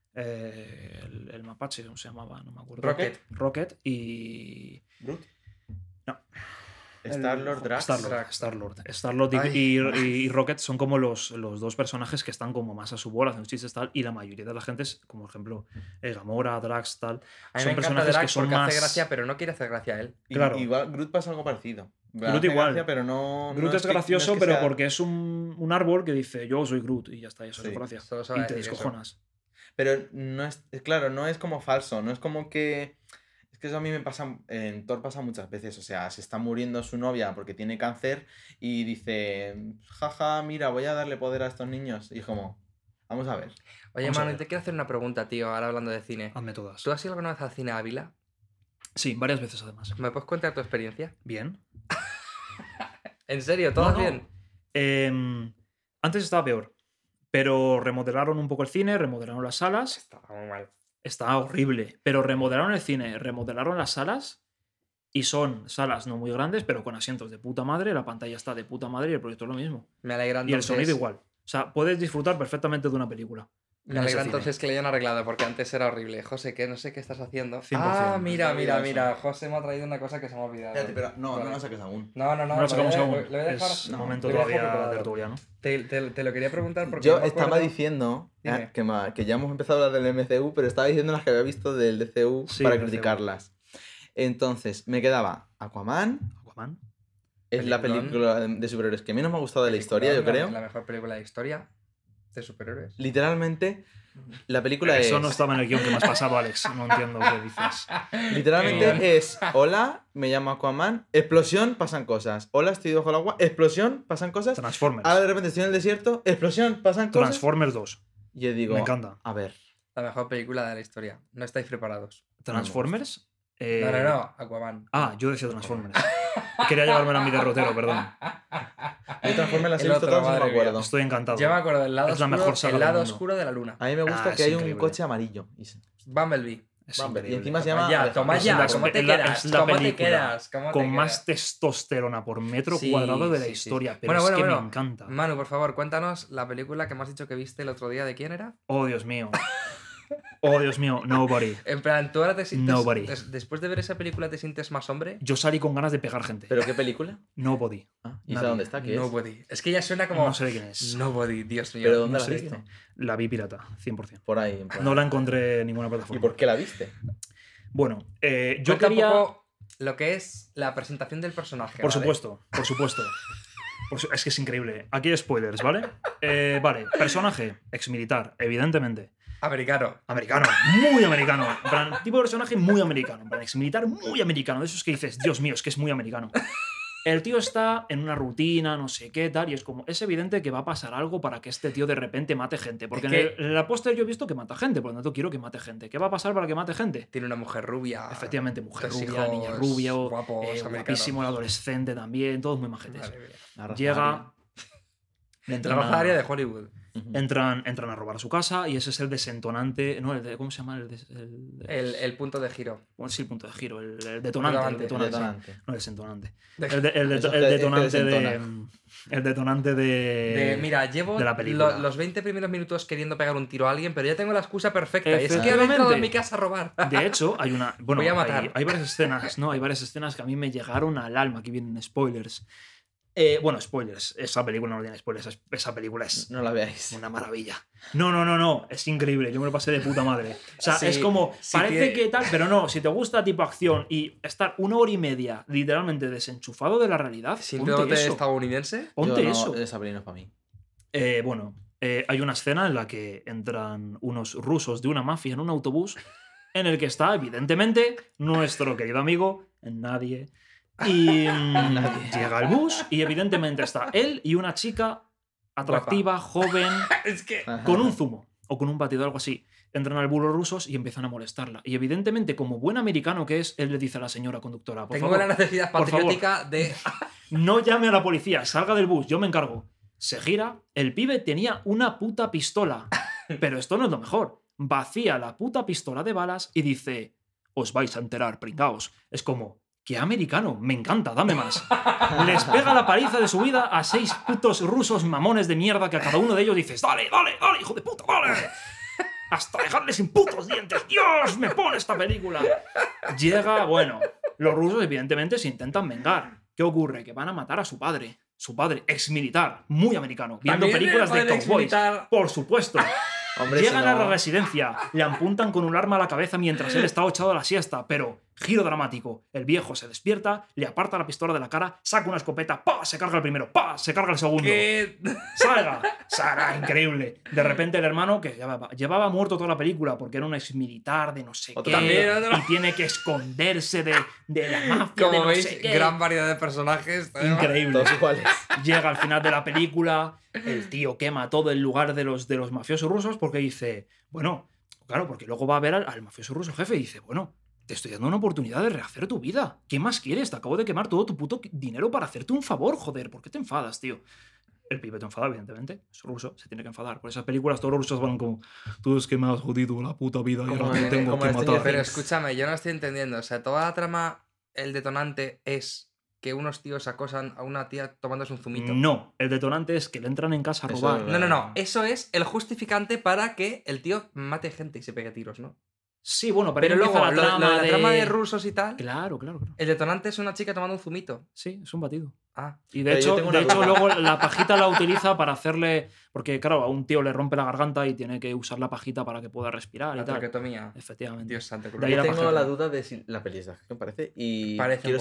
el mapache, ¿cómo se llamaba? No me acuerdo. Rocket y... ¿Groot? No. Star-Lord, Drax. Star-Lord y Rocket son como los dos personajes que están como más a su bola, hacen chistes tal, y la mayoría de la gente es, como por ejemplo, Gamora, Drax, tal. A mí son me personajes Drax que son porque más... hace gracia, pero no quiere hacer gracia a él. Claro. Igual Groot pasa algo parecido. Groot igual. Gracia, pero no, Groot no es gracioso, no es pero sea... porque es un árbol que dice yo soy Groot y ya está, eso es gracia. Y te descojonas. Eso. Pero no es, claro, no es como falso, no es como que... Es que eso a mí me pasa, en Thor pasa muchas veces, o sea, se está muriendo su novia porque tiene cáncer y dice, jaja, mira, voy a darle poder a estos niños. Y como, vamos a ver. Oye, Manu, te quiero hacer una pregunta, tío, ahora hablando de cine. Hazme todas. ¿Tú has ido alguna vez al cine Ávila? Sí, varias veces además. ¿Me puedes contar tu experiencia? Bien. ¿En serio? ¿Todo bien? Antes estaba peor, pero remodelaron un poco el cine, remodelaron las salas. Estaba muy mal. Estaba horrible, pero remodelaron el cine, remodelaron las salas y son salas no muy grandes, pero con asientos de puta madre, la pantalla está de puta madre y el proyector lo mismo. Me alegra entonces... Y el sonido igual. O sea, puedes disfrutar perfectamente de una película. Me alegra entonces que le hayan arreglado, porque antes era horrible. José, que no sé qué estás haciendo. 100%. Ah, mira. José me ha traído una cosa que se me ha olvidado. Espérate, pero no la saques aún. No. No lo sacamos aún. Lo voy a dejar... Es momento todavía tertuliano. Te lo quería preguntar porque... Yo estaba diciendo que ya hemos empezado a hablar del MCU, pero estaba diciendo las que había visto del DCU para criticarlas. Entonces, me quedaba Aquaman. Es la película de superhéroes que menos me ha gustado de la historia, yo creo. La mejor película de la historia de superhéroes. Literalmente, la película Eso no estaba en el guión que me has pasado, Alex. No entiendo qué dices. Literalmente es, hola, me llamo Aquaman, explosión, pasan cosas. Hola, estoy bajo el agua, explosión, pasan cosas. Transformers. Ahora de repente estoy en el desierto, explosión, pasan cosas. Transformers 2. Y yo digo, me encanta. A ver. La mejor película de la historia. No estáis preparados. ¿Transformers? No, Aquaman. Ah, yo decía Transformers. Quería llevármelo a mi derrotero, perdón. Yo Transformers las he visto todas, no me acuerdo. Estoy encantado. Yo me acuerdo del lado, es la mejor saga el lado del mundo. oscuro de la luna. A mí me gusta que hay un coche amarillo. Bumblebee. Y encima se llama... Toma ya, ¿cómo te quedas? ¿Cómo te quedas? Con más testosterona por metro cuadrado de la historia. Pero es que me encanta. Manu, por favor, cuéntanos la película que me has dicho que viste el otro día. ¿De quién era? Oh, Dios mío. Oh, Dios mío, Nobody. En plan, ¿tú ahora te sientes... Nobody. Después de ver esa película te sientes más hombre? Yo salí con ganas de pegar gente. ¿Pero qué película? Nobody. ¿Y esa dónde está? ¿Qué es? Nobody. Es que ya suena como... No sé de quién es. Nobody, Dios mío. ¿Pero dónde no la has visto? La vi pirata, 100%. Por ahí. No la encontré en ninguna plataforma. ¿Y por qué la viste? Bueno, yo Cuenta quería... un poco lo que es la presentación del personaje. Por supuesto. Es que es increíble. Aquí hay spoilers, ¿vale? Vale, personaje, exmilitar, evidentemente. Americano, muy americano. En plan, tipo de personaje muy americano. En plan, exmilitar muy americano. De esos que dices, Dios mío, es que es muy americano. El tío está en una rutina, no sé qué, tal, y es como, es evidente que va a pasar algo para que este tío de repente mate gente. Porque en el póster yo he visto que mata gente, por lo tanto quiero que mate gente. ¿Qué va a pasar para que mate gente? Tiene una mujer rubia. Efectivamente, mujer rubia, niña rubia, guapísimo, el adolescente también, todos muy majetes. Llega... La roja área de Hollywood. Entran a robar su casa y ese es el desentonante. No, ¿cómo se llama? El punto de giro. Bueno, sí, el punto de giro. El detonante. No, el desentonante. El detonante de. Mira, llevo de la película. Los 20 primeros minutos queriendo pegar un tiro a alguien, pero ya tengo la excusa perfecta. Es que he entrado en mi casa a robar. De hecho, hay una. Bueno, voy a matar. Hay varias escenas, ¿no? Hay varias escenas que a mí me llegaron al alma. Aquí vienen spoilers. Bueno, spoilers. Esa película no tiene spoilers. Esa película es... No la veáis. Una maravilla. No. Es increíble. Yo me lo pasé de puta madre. O sea, es como... Parece que tal, pero no. Si te gusta tipo acción y estar 1 hora y media literalmente desenchufado de la realidad, ponte eso. Estadounidense? Ponte eso. Esa película no es para mí. Bueno, hay una escena en la que entran unos rusos de una mafia en un autobús en el que está, evidentemente, nuestro querido amigo Nadie... Y llega el bus y evidentemente está él y una chica atractiva, joven, con un zumo o con un batido, algo así. Entran al bus los rusos y empiezan a molestarla. Y evidentemente, como buen americano que es, él le dice a la señora conductora, por Tengo favor, la necesidad patriótica de... No llame a la policía, salga del bus, yo me encargo. Se gira, el pibe tenía una puta pistola. Pero esto no es lo mejor. Vacía la puta pistola de balas y dice: os vais a enterar, pringaos. Es como, ¡qué americano! Me encanta, dame más. Les pega la paliza de su vida a 6 putos rusos mamones de mierda que a cada uno de ellos dices: ¡dale, dale, dale, hijo de puta, dale! Hasta dejarle sin putos dientes. ¡Dios, me pone esta película! Llega, bueno, los rusos evidentemente se intentan vengar. ¿Qué ocurre? Que van a matar a su padre. Su padre, ex militar, muy americano, viendo películas de cowboys. Por supuesto. Hombre, Llegan si no... a la residencia, le apuntan con un arma a la cabeza mientras él está echado a la siesta, pero giro dramático. El viejo se despierta, le aparta la pistola de la cara, saca una escopeta, ¡pa! Se carga el primero, ¡pa! Se carga el segundo. ¿Qué? ¡Salga! Increíble. De repente el hermano, que llevaba muerto toda la película porque era un ex militar de no sé qué, y tiene que esconderse de la mafia, Como de no veis, sé qué. gran variedad de personajes. Increíble. Todos iguales. Llega al final de la película, el tío quema todo el lugar de los mafiosos rusos porque dice, bueno, claro, porque luego va a ver al mafioso ruso jefe y dice, bueno, te estoy dando una oportunidad de rehacer tu vida. ¿Qué más quieres? Te acabo de quemar todo tu puto dinero para hacerte un favor, joder. ¿Por qué te enfadas, tío? El pibe te enfada, evidentemente. Es ruso, se tiene que enfadar. Por esas películas todos los rusos van como, tú es que me has jodido la puta vida y ahora te tengo que matar. Pero escúchame, yo no estoy entendiendo. O sea, toda la trama, el detonante es que unos tíos acosan a una tía tomándose un zumito. No, el detonante es que le entran en casa a robar. No. Eso es el justificante para que el tío mate gente y se pegue tiros, ¿no? Sí, bueno, pero luego la trama de rusos y tal. Claro. El detonante es una chica tomando un zumito. Sí, es un batido. Ah. Y de hecho luego la pajita la utiliza para hacerle... Porque, claro, a un tío le rompe la garganta y tiene que usar la pajita para que pueda respirar y tal. Traquetomía. Efectivamente. Dios santo. Yo tengo la duda de si la peli es de acción, parece. Y quiero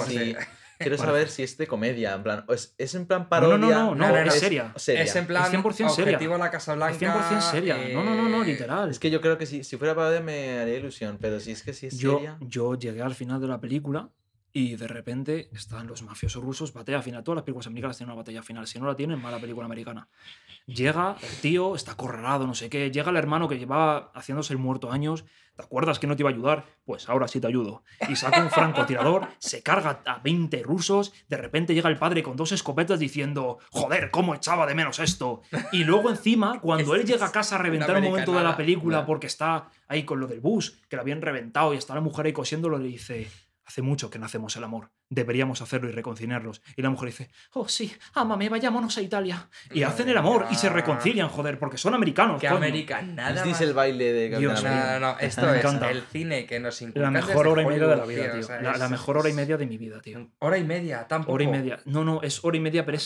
saber si es de comedia. En plan, ¿es en plan parodia? No, es seria. Es en plan 100% seria. Objetivo a la Casa Blanca. Es 100% seria. No, literal. Es que yo creo que si fuera parodia me haría ilusión, pero si es seria... Yo llegué al final de la película y de repente están los mafiosos rusos, batalla final. Todas las películas americanas tienen una batalla final. Si no la tienen, mala película americana. Llega el tío, está acorralado, no sé qué. Llega el hermano que llevaba haciéndose el muerto años. ¿Te acuerdas que no te iba a ayudar? Pues ahora sí te ayudo. Y saca un francotirador, se carga a 20 rusos. De repente llega el padre con 2 escopetas diciendo, joder, ¿cómo echaba de menos esto? Y luego encima, cuando él llega a casa a reventar un momento de la película porque está ahí con lo del bus, que lo habían reventado y está la mujer ahí cosiéndolo, le dice... Hace mucho que no hacemos el amor. Deberíamos hacerlo y reconciliarnos. Y la mujer dice, oh sí, ámame, vayámonos a Italia. Y hacen el amor y se reconcilian, joder, porque son americanos. Que americanada. ¿Es el baile de Dios, no, esto es el cine que nos inculcan. La mejor hora y media de la vida, tío. tío. O sea, la mejor hora y media de mi vida, tío. Hora y media, tampoco. Hora y media. No, es hora y media, pero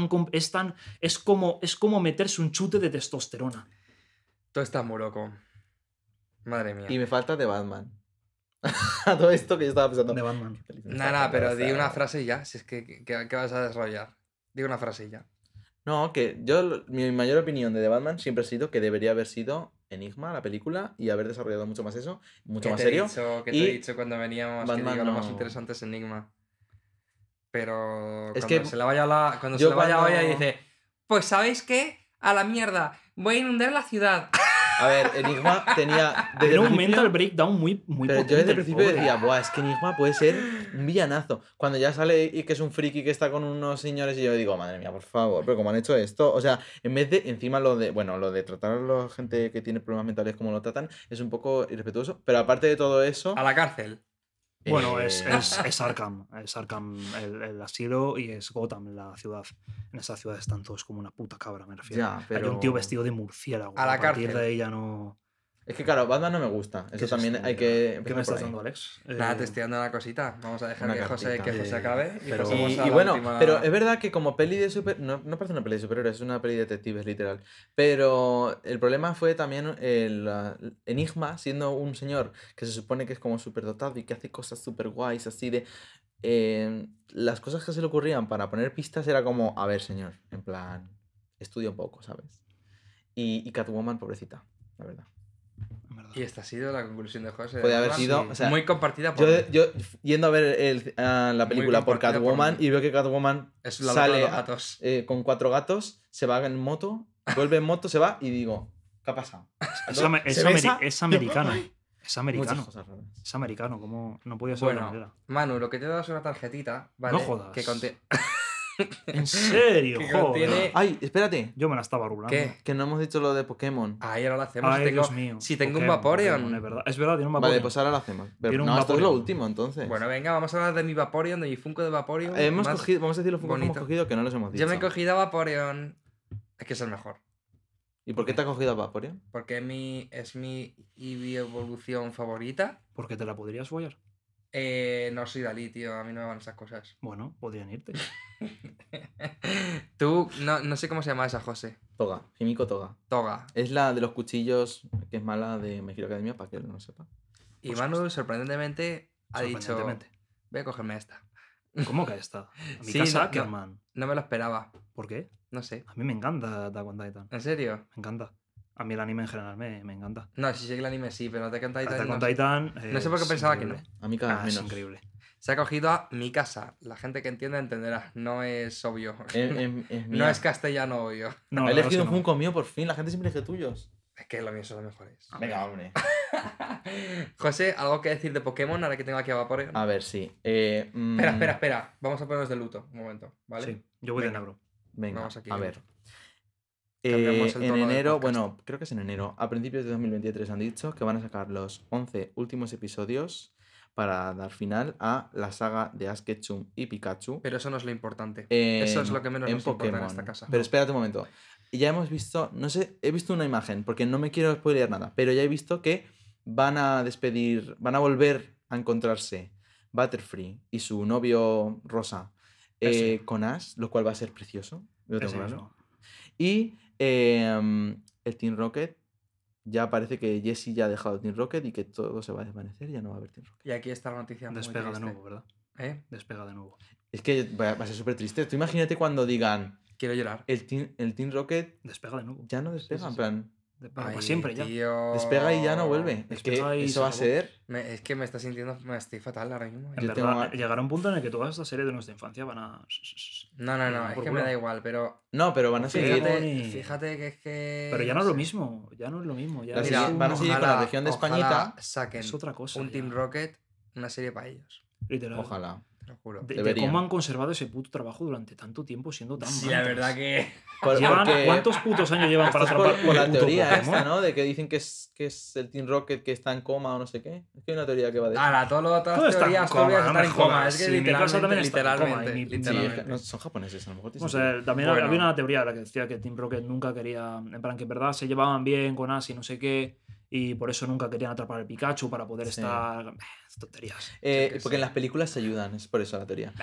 es como meterse un chute de testosterona. Todo está muy loco. Madre mía. Y me falta de Batman. A todo esto que yo estaba pensando. De Batman. Nada, pero di una frase y ya. Si es que vas a desarrollar. Di una frase y ya. No, que mi mayor opinión de The Batman siempre ha sido que debería haber sido Enigma, la película, y haber desarrollado mucho más eso, mucho más serio. ¿Qué te he dicho cuando veníamos? Batman, que digo, lo más interesante es Enigma. Pero es cuando que se le vaya la olla y dice, pues ¿sabéis qué? A la mierda, voy a inundar la ciudad. A ver, Enigma tenía... Era un mental breakdown muy pero potente. Yo desde el principio decía, buah, es que Enigma puede ser un villanazo. Cuando ya sale y que es un friki que está con unos señores y yo digo, madre mía, por favor, pero ¿cómo han hecho esto? O sea, en vez de, encima lo de tratar a la gente que tiene problemas mentales como lo tratan, es un poco irrespetuoso. Pero aparte de todo eso... A la cárcel. Bueno, es Arkham. Es Arkham el asilo y es Gotham la ciudad. En esa ciudad están todos como una puta cabra, me refiero. Ya, pero... Hay un tío vestido de murciélago. A la cárcel. De ahí ya no... Es que claro, Batman no me gusta. Eso también hay que... ¿Qué me estás dando, Alex? Nada, te estoy dando una cosita. Vamos a dejar que José acabe. Y bueno, pero es verdad que como peli de super... No parece una peli de superhéroes, es una peli de detectives, literal. Pero el problema fue también el Enigma, siendo un señor que se supone que es como superdotado y que hace cosas súper guays, así de... las cosas que se le ocurrían para poner pistas era como, a ver, señor, en plan, estudia un poco, ¿sabes? Y Catwoman, pobrecita, la verdad. Y esta ha sido la conclusión de José. Puede haber sido, o sea, muy compartida por yo yendo a ver la película por Catwoman y veo que Catwoman sale con 4 gatos, se va en moto, vuelve en moto, se va y digo, ¿qué ha pasado? Es americano. Es americano. Muchas cosas raras. Es americano, como no podía ser de otra manera. Manu, lo que te he dado es una tarjetita, ¿vale? No jodas. Que ¿En serio? Que Joder. contiene- Ay, espérate. Yo me la estaba rulando. ¿Qué? Que no hemos dicho lo de Pokémon. Ay, ahora lo hacemos. Ay, si tengo, Dios mío. si tengo un Pokémon, Vaporeon. Pokémon, es verdad, tiene un Vaporeon. Vale, pues ahora lo hacemos. Pero Tiene un no, esto es lo Vaporeon. último, entonces. Bueno, venga, vamos a hablar de mi Vaporeon, de mi Funko de Vaporeon. Hemos más cogido, vamos a decir los Funkos que hemos bonito. cogido que no los hemos dicho. Yo me he cogido a Vaporeon. Es que es el mejor. ¿Y por qué te has cogido a Vaporeon? Porque es mi Eevee evolución favorita. ¿Por qué te la podrías follar? No soy Dalí, tío. A mí no me van esas cosas. Bueno, podrían irte. Tú, no sé cómo se llama esa, José. Toga, Himiko Toga. Toga. Es la de los cuchillos que es mala de My Hero Academia, para que no lo sepa. Y Manu, sorprendentemente, ha dicho: Sorprendentemente. voy a cogerme esta. ¿Cómo que esta? A mi Sí, casa no- Ackerman. No me lo esperaba. ¿Por qué? No sé. A mí me encanta Attack on Titan. ¿En serio? Me encanta. A mí el anime en general me encanta. No, si sé que el anime sí, pero Attack on Titan. Attack no on sé. Titan. No sé por qué es pensaba que increíble. A mí cada vez Es menos. increíble. Se ha cogido a mi casa. La gente que entienda entenderá. No es obvio. Es No mía. es castellano obvio. No, He la verdad elegido es un que no. Funko mío por fin. La gente siempre elige tuyos. Es que lo mío son los mejores. Venga, hombre. José, ¿algo que decir de Pokémon ahora que tengo aquí a Vaporeon? A ver, sí. Espera. Vamos a ponernos de luto un momento, ¿vale? Sí, yo voy de Venga. negro. Venga, Vamos aquí a de ver. luto. Cambiamos el En tono del enero, podcast. bueno, creo que es en enero, a principios de 2023 han dicho que van a sacar los 11 últimos episodios para dar final a la saga de Ash Ketchum y Pikachu. Pero eso no es lo importante. en- Eso es lo que menos en nos importa en Pokémon. esta casa. Pero espérate un momento. Y ya hemos visto, no sé, he visto una imagen, porque no me quiero spoilear nada, pero ya he visto que van a volver a encontrarse Butterfree y su novio Rosa Ese. con Ash, lo cual va a ser precioso. Lo tengo Ese claro. mismo. Y el Team Rocket, ya parece que Jessie ya ha dejado el Team Rocket y que todo se va a desvanecer, ya no va a haber Team Rocket. Y aquí está la noticia muy Despega de triste. nuevo, ¿verdad? ¿Eh? Despega de nuevo. Es que va a ser súper triste. Tú imagínate cuando digan, Quiero llorar. el team Rocket Despega de nuevo. ya no despega, sí, en sí. plan, Para Ay, siempre ya. tío. despega y ya no vuelve. Es que Despega y eso se va a acabó. ser... Es que me está sintiendo... Me estoy fatal ahora mismo. En Yo verdad, tengo- llegará un punto en el que toda esta serie de nuestra infancia van a. No, es por que culo. me da igual, pero... No, pero van a seguir... Fíjate que es que... Pero ya no es lo sé. mismo. Ya no es lo mismo. Ya La es serie- un- van a seguir con la región de ojalá Españita. saquen Es otra cosa. un ya. Team Rocket, una serie para ellos. Literal. Ojalá. Te lo juro. De Deberían. cómo han conservado ese puto trabajo durante tanto tiempo siendo tan Sí, la mantas. verdad que... Porque- ¿Cuántos putos años llevan para Esto es atrapar por la un puto teoría Pokémon? esta, ¿no? De que dicen que es el Team Rocket que está en coma o no sé qué. Es que hay una teoría que va de eso. Ahora, todas Todo las está en teorías coma, turbias no están me en coma. jodas. Es que Sí, mi casa también está en coma, literalmente, y mi- Sí, es literalmente. que no, son japoneses, a lo mejor. tiene O sentido. sea, también Bueno. había una teoría en la que decía que Team Rocket nunca quería, en plan que en verdad se llevaban bien con Ash y no sé qué, y por eso nunca querían atrapar al Pikachu para poder Sí. estar... tonterías. que Porque en sé. las películas se ayudan, es por eso la teoría.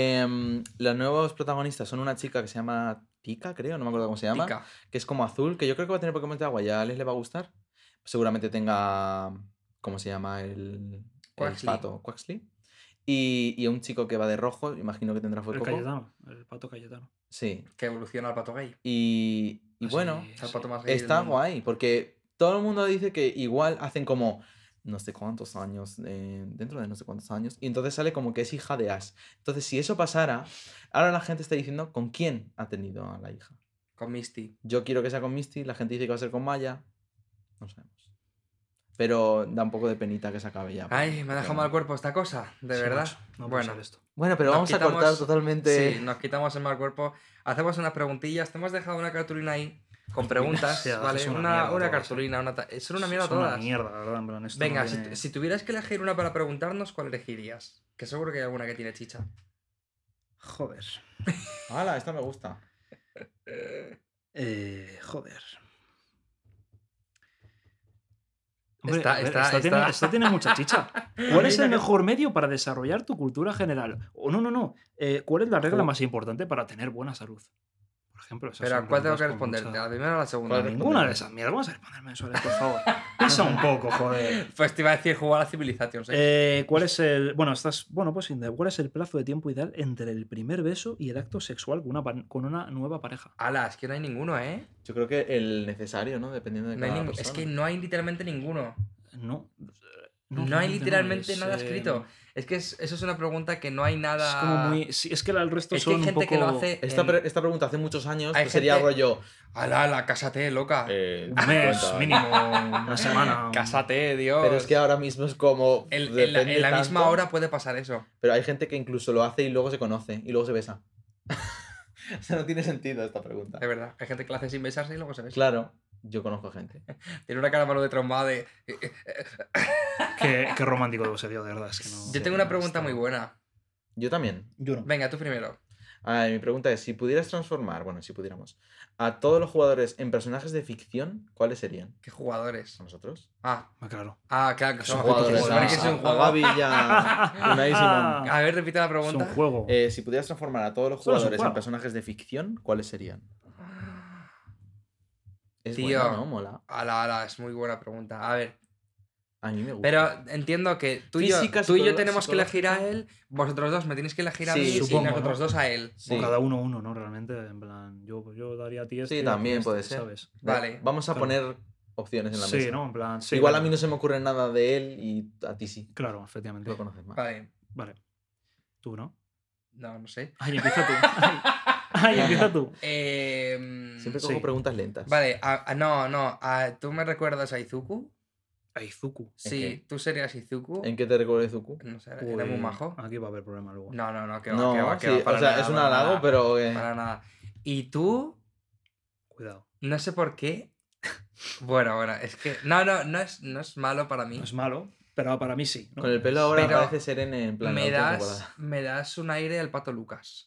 Los nuevos protagonistas son una chica que se llama Tika, creo, no me acuerdo cómo se llama. Pica. Que es como azul, que yo creo que va a tener Pokémon de agua, ya a Les le va a gustar. Seguramente tenga, ¿cómo se llama? El Quaxly. pato, Quaxly. Y un chico que va de rojo, imagino que tendrá El Fuecoco. Cayetano, el pato Cayetano. Sí. Que evoluciona al pato gay. Y Así, bueno, Es el pato más gay del está mundo. guay, porque todo el mundo dice que igual hacen como no sé cuántos años, dentro de no sé cuántos años, y entonces sale como que es hija de Ash. Entonces, si eso pasara, ahora la gente está diciendo con quién ha tenido a la hija. Con Misty. Yo quiero que sea con Misty, la gente dice que va a ser con Maya, no sabemos. Pero da un poco de penita que se acabe ya. Ay, me ha dejado mal cuerpo esta cosa, de Sí, verdad. macho, no puede Bueno, ser esto. Bueno, pero Nos vamos a quitamos- cortar totalmente... sí, nos quitamos el mal cuerpo. Hacemos unas preguntillas. Te hemos dejado una cartulina ahí con preguntas, Sí, ¿vale? es una Una mierda todas, cartulina, son una mierda Es una todas. mierda, la verdad, en plan, esto Venga, no si, tiene- si tuvieras que elegir una para preguntarnos, ¿cuál elegirías? Que seguro que hay alguna que tiene chicha. Joder. ¡Hala! Esta me gusta. Joder. Hombre, Esta- a ver, esta- tiene, esta- esta tiene mucha chicha. ¿Cuál es el mejor medio para desarrollar tu cultura general? O no. ¿Cuál es la regla Jo- más importante para tener buena salud? Por ejemplo, esas Pero son ¿a cuál tengo que preguntas con responderte? mucha- ¿A la primera o a la segunda? ¿Cuál Ninguna de esas mierdas. Vamos a responderme eso, por favor. Piensa un poco, joder. Pues te iba a decir jugar a Civilización. ¿Cuál es el. Bueno, pues ¿cuál es el plazo de tiempo ideal entre el primer beso y el acto sexual con una nueva pareja? Ala, es que no hay ninguno, ¿eh? Yo creo que el necesario, ¿no? Dependiendo de No hay cada es persona. que no hay literalmente ninguno. No. No hay literalmente es, nada escrito. Es que eso es una pregunta que no hay nada. Es como muy. Sí, es que el resto Es que son hay un gente poco. que lo hace. Esta pregunta hace muchos años Hay pues sería gente- rollo... Ala, cásate, loca. Un mes, 50. mínimo, una semana. Cásate, Dios. Pero es que ahora mismo es como... En la depende misma tanto. hora puede pasar eso. Pero hay gente que incluso lo hace y luego se conoce y luego se besa. O sea, no tiene sentido esta pregunta. Es verdad. Hay gente que la hace sin besarse y luego se besa. Claro, yo conozco gente. Tiene una cara malo de traumada de... Qué romántico debo ser yo, de verdad. Es que no, Yo tengo una pregunta muy buena. Yo también. Yo no. Venga, tú primero. Mi pregunta es, si pudieras transformar, bueno, si pudiéramos, a todos los jugadores en personajes de ficción, ¿cuáles serían? ¿Qué jugadores? ¿A nosotros? Claro. Claro, que son Jugadores, jugadores. Que es un a juego. Gaby y a Unai y Simón. A ver, repite la Es pregunta. un juego. Si pudieras transformar a todos los Solo es un jugadores en juego. personajes de ficción, ¿cuáles serían? Es Tío. buena, ¿no? Mola. Ala, es muy buena pregunta. A ver, A mí me gusta. pero entiendo que tú y yo tenemos que elegir a él, vosotros dos me tenéis que elegir a Sí, mí supongo, y nosotros ¿no? dos a él. Sí. O cada uno, ¿no? Realmente, en plan, yo daría a ti este. Sí, también este, puede ser. ¿sabes? Vale. Vamos a Claro. poner opciones en la mesa. Sí, ¿no? En plan, sí. Igual a claro. mí no se me ocurre nada de él y a ti sí. Claro, efectivamente. Lo conoces más. Vale. Vale. Tú, ¿no? No sé. Ay, empieza tú. Ay, empieza tú. Siempre cojo Sí. preguntas lentas. Vale, no. ¿Tú me recuerdas a Izuku? A Izuku. Sí, qué? tú serías Izuku. ¿En qué te recuerdo Zuku? No sé, era muy Uy, majo. Aquí va a haber problema luego. No, que va, No, que va, que sí, va, para o sea, nada, es un para halago, nada, pero... Para nada. Y tú, Cuidado. no sé por qué. Bueno, es que. No es malo para mí. No es malo, pero para mí sí. ¿no? Con el pelo ahora Pero parece Serene en plan... Me la última das, temporada. me das un aire al Pato Lucas.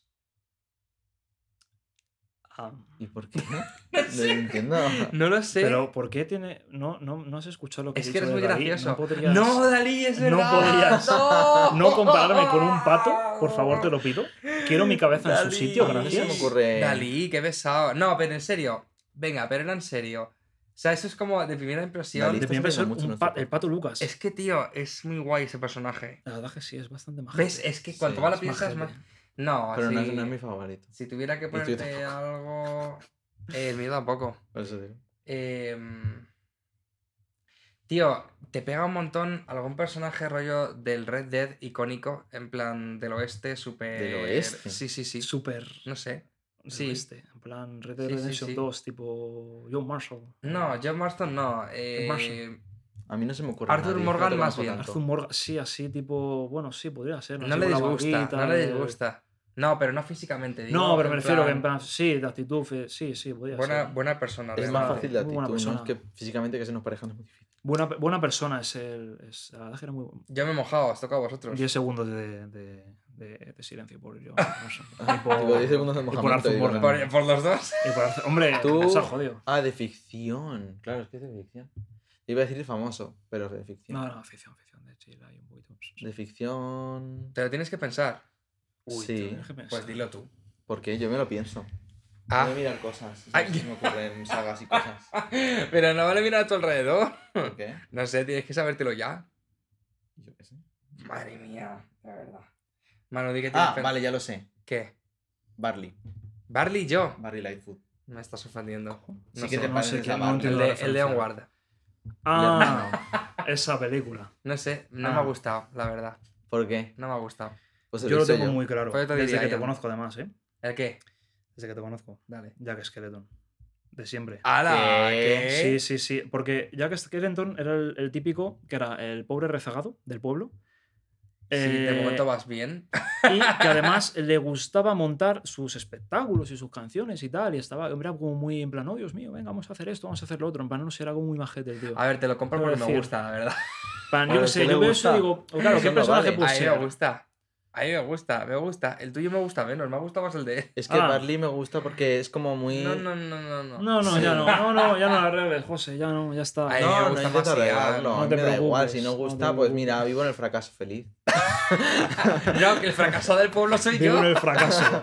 Ah, ¿Y por qué? No lo entiendo. No lo sé. pero ¿por qué tiene.? No has escuchado lo que Es he que dicho eres de muy Dalí? gracioso. No podrías. No, Dalí, es no verdad. podrías No. no compararme con un pato, por favor, te lo pido. Quiero mi cabeza en su Dalí. sitio, A mí no se gracias. me ocurre... Dalí, qué besado. No, pero en serio. Venga, pero era en serio. O sea, eso es como de primera impresión. Dalí. De primera Está impresión, saliendo mucho en el pato Lucas. Es que, tío, es muy guay ese personaje. La verdad que sí, es bastante majete. ¿Ves? Es que cuanto Sí, más lo es piensas, más. majete. No, Pero así... no es mi favorito. Si tuviera que El tuyo ponerte algo. El mío tampoco. Por eso digo. Tío, te pega un montón algún personaje rollo del Red Dead icónico, en plan del oeste, súper. ¿Del oeste? Sí. Súper. No sé. del Sí. oeste, en plan Red Dead Sí, sí, Redemption sí. 2, tipo John Marshall. No, John Marston no. Marshall. A mí no se me ocurre Arthur nadie, Morgan fíjate más cómo bien. tanto. Arthur Morgan, sí, así tipo. Bueno, sí, podría ser. No así le con la disgusta, barbita, no le el- disgusta. No, pero no físicamente. Digo, No, pero me refiero que en plan. Sí, de actitud, sí, podría ser. Buena persona. Es realmente. más fácil de Muy buena actitud, ¿no? Es persona. que físicamente que se nos parejan es muy difícil. Buena persona es la verdad que era muy. Yo me he mojado, os toca a vosotros. 10 segundos de silencio por yo. Tipo, 10 segundos de mojamiento. Arthur digo, Morgan. Por los dos. Hombre, Tú- se ha jodido. Ah, de ficción. Claro, es que es de ficción. Iba a decir famoso, pero es de ficción. No, ficción. De Chile hay un poquito. De ficción... Te lo tienes que pensar. Uy, sí. tienes que pensar. Pues dilo tú. Porque yo me lo pienso. Ah. Voy a mirar cosas. Ay. Se me ocurren sagas y cosas. Pero no vale mirar a tu alrededor. ¿Por qué? No sé, tienes que sabértelo ya. Yo qué sé. Madre mía, de verdad. Manu, di que tienes Ah, vale, ya lo sé. ¿Qué? Barley. Barley y yo. Barley Lightfoot. Me estás ofendiendo. Sí No que sé. te no pareces sé qué- a no Barley. entiendo la El de referencia. Onward. Ah, esa película. No sé, no me Ah. ha gustado, la verdad. ¿Por qué? No me ha gustado. Pues Yo lo tengo muy claro. Pues yo te Desde diría, que te Ian. conozco, además, ¿eh? ¿El qué? Desde que te conozco. Dale. Jack Skeleton. De siempre. ¡Hala! ¿Qué? Sí. Porque Jack Skeleton era el típico que era el pobre rezagado del pueblo. Sí, de Eh, momento vas bien. Y que además le gustaba montar sus espectáculos y sus canciones y tal. Y era como muy en plan, oh Dios mío, venga, vamos a hacer esto, vamos a hacer lo otro. En plan, no sé, era como muy majete el tío. A ver, te lo compro Quiero porque me decir- gusta, la verdad. En plan, yo Bueno, qué sé, ¿qué le yo veo eso gusta? y digo, oh, claro, Eso ¿qué no personaje vale. puede A mí ser? me gusta. A mí me gusta. El tuyo me gusta menos, me ha gustado más el de él. Es que Ah. Barley me gusta porque es como muy... No. No, Sí. ya no lo arregles, José, ya está. Ay, me No, no gusta intento más Ian, arreglarlo. no A mí te me da igual. preocupes, Si no no te gusta, pues preocupes. mira, vivo en el fracaso feliz. No, que el fracasado del pueblo soy Vivo yo. en el fracaso.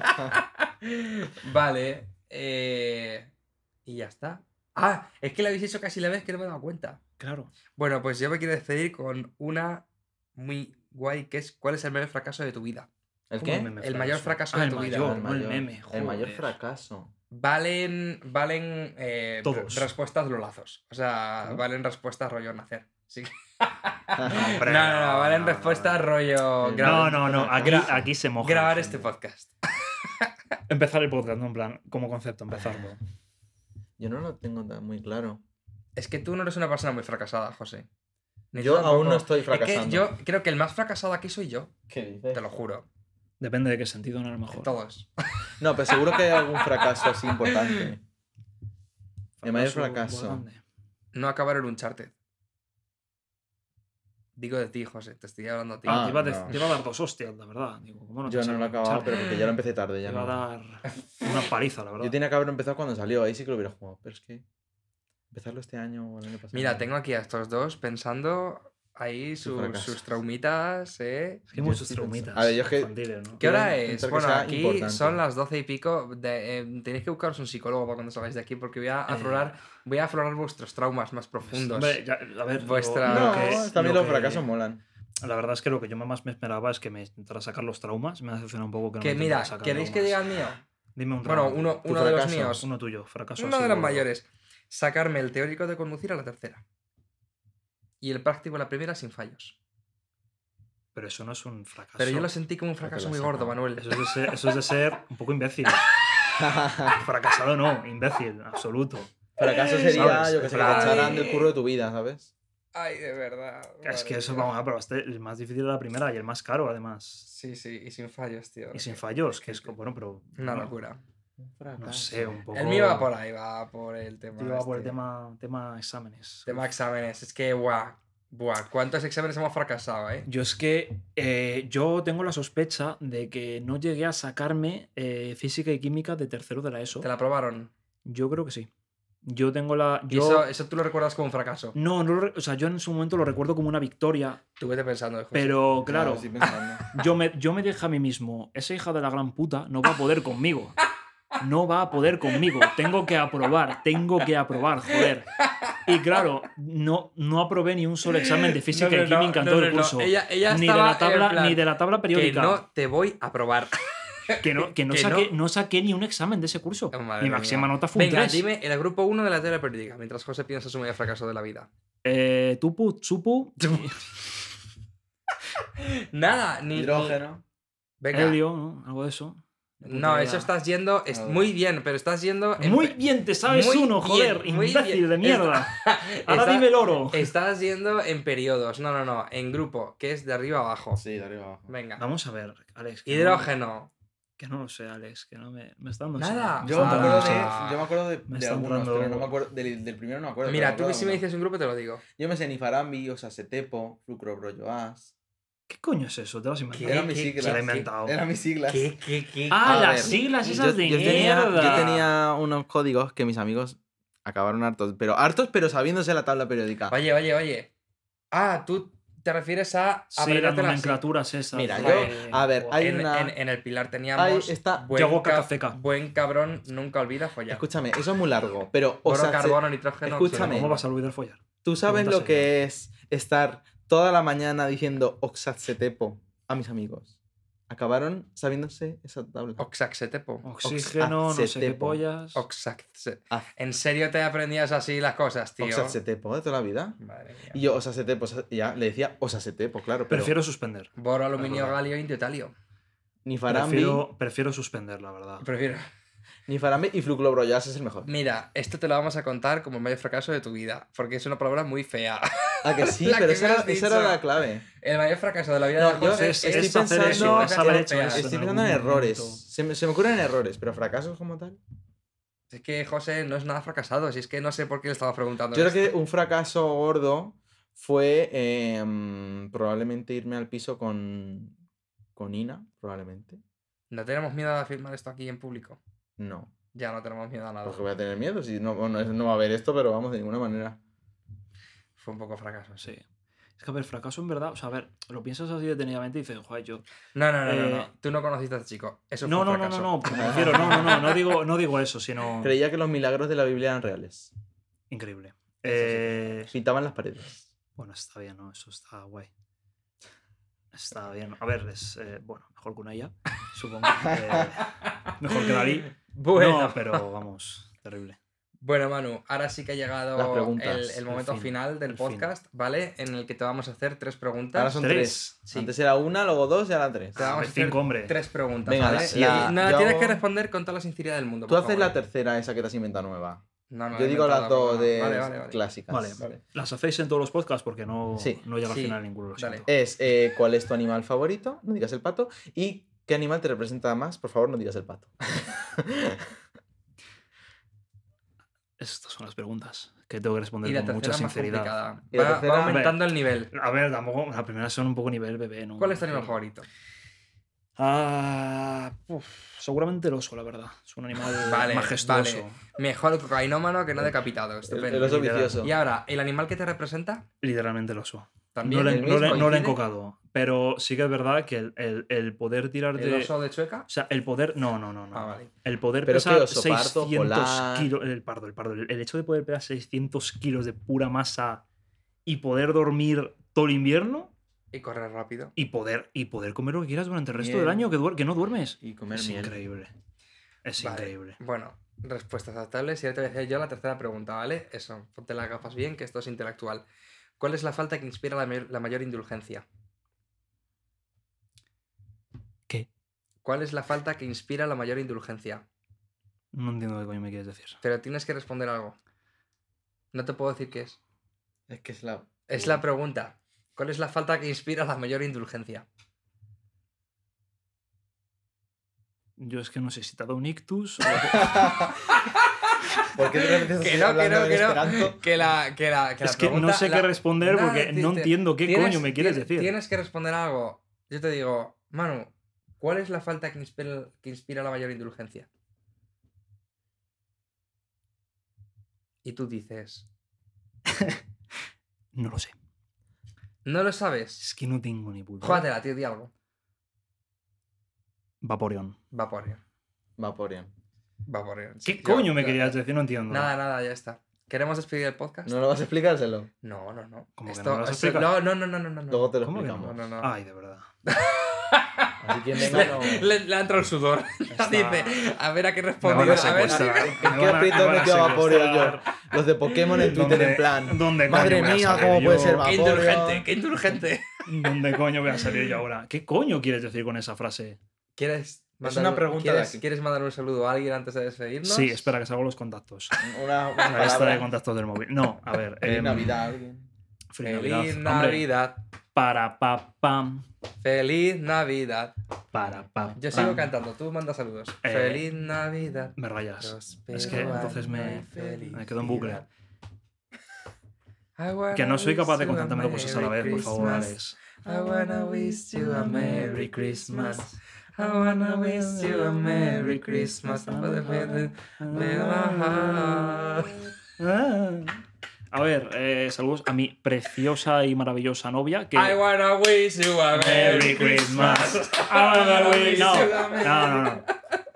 Vale. Y ya está. Ah, es que le habéis hecho casi la vez que no me he dado cuenta. Claro. Bueno, pues yo me quiero despedir con una muy guay, que es ¿cuál es el mayor fracaso de tu vida? ¿El ¿Cómo qué? el meme El mayor fracaso de el tu vida. mayor, El no el mayor. meme. El mayor joder. fracaso. Valen Todos. respuestas lolazos. O sea, ¿Cómo? valen respuestas rollo nacer. Sí que- Hombre, no, valen respuestas rollo No. Aquí se moja. grabar la este gente. podcast. Empezar el podcast, ¿no? En plan, como concepto, empezarlo. Yo no lo tengo tan muy claro. Es que tú no eres una persona muy fracasada, José. Ni tú Yo tampoco. aún no estoy Es fracasando. que yo creo que el más fracasado aquí soy yo. ¿Qué dices? Te lo juro. Depende de qué sentido, no a lo En mejor. todos. No, pero seguro que hay algún fracaso así importante. El mayor fracaso. No acabar el Uncharted. Digo de ti, José, te estoy hablando a ti. Te iba a dar 2 hostias, la verdad. Digo, ¿cómo no yo no lo he acabado, pero porque ya lo empecé tarde. Ya te iba a dar una paliza, la verdad. Yo tenía que haber empezado cuando salió, ahí sí que lo hubiera jugado, pero es que empezarlo este año o el año pasado. Mira, tengo aquí a estos dos pensando ahí sus traumitas, Es que hay muchos traumitas. A ver, yo es que... infantiles, ¿no? ¿Qué hora es? Bueno, aquí importante. son las 12 y pico. Tenéis que buscaros un psicólogo para cuando salgáis de aquí porque voy a aflorar vuestros traumas más profundos. Hombre, a ver, también los fracasos molan. La verdad es que lo que yo más me esperaba es que me intentara sacar los traumas. Me ha decepcionado un poco que no me mira, sacar ¿queréis traumas. que diga el mío? Dime un Bueno, trauma. uno de los míos. Uno tuyo, fracaso. Uno de los mayores. Sacarme el teórico de conducir a la tercera. Y el práctico a la primera sin fallos. Pero eso no es un fracaso. Pero yo lo sentí como un fracaso muy gordo, Manuel. Eso es de ser un poco imbécil. Fracasado no, imbécil, absoluto. Fracaso sería, ¿sabes? yo que sé, que te echaran del curro de tu vida, ¿sabes? Ay, de verdad. Es que eso, vamos a ver, pero el más difícil de la primera y el más caro, además. Sí, y sin fallos, tío. Y sin fallos, que es como, bueno, pero... Una locura. No sé, un poco... El mío va por ahí, va por el tema. Va por el tema exámenes. Tema exámenes. Es que, buah, ¿cuántos exámenes hemos fracasado, Yo es que yo tengo la sospecha de que no llegué a sacarme física y química de tercero de la ESO. ¿Te la aprobaron? Yo creo que sí. Yo tengo la... ¿Eso tú lo recuerdas como un fracaso? No, o sea, yo en su momento lo recuerdo como una victoria. Tú vete pensando, José. Pero, claro, pensando. yo me dije a mí mismo, esa hija de la gran puta no va a poder conmigo. No va a poder conmigo. Tengo que aprobar, joder. Y claro, no aprobé ni un solo examen de física y química en todo el curso. Ella ni de la tabla periódica. Que no te voy a aprobar. No saqué ni un examen de ese curso. Mi máxima nota fue un 3. Venga, dime el grupo 1 de la tabla periódica, mientras José piensa su mayor fracaso de la vida. Tupu, Tsupu. Nada, ni... Hidrógeno. Venga. Helio, ¿no? Algo de eso. No, eso estás yendo muy bien, pero estás yendo... Muy bien, te sabes uno, joder, imbécil de mierda. Ahora dime el oro. Estás yendo en periodos, no, en grupo, que es de arriba a abajo. Sí, de arriba a abajo. Venga. Vamos a ver, Alex. Hidrógeno. Que no lo sé, Alex, que no me está dando... Nada. Yo me acuerdo de algunos, pero no me acuerdo, del primero no me acuerdo. Mira, tú que si me dices un grupo te lo digo. Yo me sé Nifarambi, Osasetepo, Flucrobroyoas. ¿Qué coño es eso? ¿Te lo has inventado? Eran mis siglas. Se lo he inventado. Eran mis siglas. ¿Qué? Ah, las siglas esas de mierda. Yo tenía unos códigos que mis amigos acabaron hartos, pero sabiéndose la tabla periódica. Oye. Ah, tú te refieres a las nomenclaturas esas. Mira, hay en el Pilar teníamos... Ahí está. Buen cabrón, nunca olvida follar. Escúchame, eso es muy largo, pero... Boro, carbono, nitrógeno... Escúchame. ¿Cómo vas a olvidar follar? ¿Tú sabes lo que es estar toda la mañana diciendo Oxacetepo a mis amigos? Acabaron sabiéndose esa tabla. Oxacetepo. Oxígeno, no sé qué pollas. ¿En serio te aprendías así las cosas, tío? Oxacetepo de toda la vida. Madre mía. Y yo Osacetepo, ya le decía Osacetepo, claro. Pero Prefiero suspender. Boro, aluminio, galio, indio, talio. Nifarambi. Prefiero suspender, la verdad. Nifarambi y Flucrobroyoas es el mejor. Mira, esto te lo vamos a contar como el mayor fracaso de tu vida, porque es una palabra muy fea. Ah, que sí, pero esa era la clave. El mayor fracaso de la vida de José estoy pensando en errores. Se me ocurren errores, pero fracasos como tal. Es que José no es nada fracasado, si es que no sé por qué le estaba preguntando. Yo creo que un fracaso gordo fue probablemente irme al piso con Ina, probablemente. ¿No tenemos miedo a afirmar esto aquí en público? No. Ya no tenemos miedo a nada. Porque voy a tener miedo, si no va a haber esto, pero vamos, de ninguna manera. Fue un poco fracaso, sí. Es que, a ver, fracaso en verdad, o sea, a ver, lo piensas así detenidamente y dices, joder, yo... No. Tú no conociste a este chico. Eso fue un fracaso. No digo eso, sino... Creía que los milagros de la Biblia eran reales. Increíble. Pintaban las paredes. Bueno, está bien, ¿no? Eso está guay. Está bien. A ver, es... bueno, mejor que una IA, supongo. Mejor que Dalí. Bueno. No, pero vamos, terrible. Bueno, Manu, ahora sí que ha llegado el momento final del podcast, ¿vale? En el que te vamos a hacer 3 preguntas. Ahora son 3. Sí. Antes era 1, luego 2 y ahora 3. Te vamos a hacer 3 preguntas. Venga, ¿vale? Tienes que responder con toda la sinceridad del mundo. Tú haces la tercera, esa que te has inventado nueva. No, yo digo las 2 vale. clásicas. Vale. Las hacéis en todos los podcasts porque no llega al final ninguno. Es ¿cuál es tu animal favorito? No digas el pato. Y ¿Qué animal te representa más? Por favor, no digas el pato. Estas son las preguntas que tengo que Y responder la con mucha tercera más sinceridad. complicada. Y la Va tercera- aumentando el nivel. A ver, tampoco. La primera son un poco nivel bebé, ¿no? ¿Cuál es tu animal favorito? Seguramente el oso, la verdad. Es un animal Vale, majestuoso. vale. Mejor cocainómano que no decapitado. Estupendo. El oso Literal. vicioso. Y ahora, ¿el animal que te representa? Literalmente el oso. También No le, el no mismo, le- no le he coincide. encocado. Pero sí que es verdad que el poder tirar ¿El de. oso de Chueca? O sea, el poder. No. Ah, vale. El poder Pero pesar ¿qué oso? ¿Pardo, 600 polar? kilos. El pardo. El hecho de poder pesar 600 kilos de pura masa y poder dormir todo el invierno Y correr rápido. y poder comer lo que quieras durante el resto Miel. del año que no duermes. Y comer Es miel. increíble. Es Vale. increíble. Bueno, respuestas aceptables. Y ahora te voy a decir yo la tercera pregunta, ¿vale? Eso, ponte las gafas bien, que esto es intelectual. ¿Cuál es la falta que inspira la mayor indulgencia? ¿Qué? ¿Cuál es la falta que inspira la mayor indulgencia? No entiendo qué coño me quieres decir. Pero tienes que responder algo. No te puedo decir qué es. Es que es la... Es la pregunta. ¿Cuál es la falta que inspira la mayor indulgencia? Yo es que no sé si te ha dado un ictus o... ¿Por qué de repente estás Que no, hablando en que no. esperanto? Que la Es que no pregunta- sé qué responder Nada, porque no entiendo qué coño me quieres decir. Tienes que responder algo. Yo te digo, Manu, ¿cuál es la falta que inspira la mayor indulgencia? Y tú dices, No lo sé. ¿no lo sabes? Es que no tengo ni puta. Júgatela, tío, di algo. Vaporeon. Vaporeon. Vaporeon. Vaporeon. ¿Qué Yo- coño me yo- querías decir? No entiendo. Nada, ya está. ¿Queremos despedir el podcast? ¿No lo vas a explicárselo? No. ¿Cómo que Esto, no me lo vas a esto- explicar? no. Luego te lo ¿Cómo que explicamos. No. Ay, de verdad. Así que venga, no... Le ha entrado el sudor. Está- Dice, a ver a qué Me responde. van a A ver, secuestrar. ¿En qué aprieto he metido a Vaporeon yo? Los de Pokémon en Twitter en plan... ¿Dónde Madre coño voy a mía, salir ¿cómo yo? puede ser qué Vaporeon? indulgente, qué indulgente. ¿Dónde coño voy a salir yo ahora? ¿Qué coño quieres decir con esa frase? ¿Quieres Es una pregunta de aquí. ¿Quieres mandar un saludo a alguien antes de despedirnos? Sí, espera que salgo los contactos. Una La lista de palabra... contactos del móvil. No, a ver. Feliz Navidad, alguien. Feliz Feliz Navidad. Hombre, Navidad. para pa pam. Feliz Navidad. Para pa. Yo pam. sigo cantando, tú manda saludos. Feliz Navidad. Me rayas. Prospero Es que entonces año me y felicidad. quedo en bucle. I wanna Que no soy capaz de wish you a concentrarme dos cosas a la vez, por favor, Merry Alex. Christmas. I wanna wish you a Merry Christmas. I wanna wish you a Merry Christmas. For the feeling in my heart. A ver, saludos a mi preciosa y maravillosa novia que... I wanna wish you a Merry Christmas. No.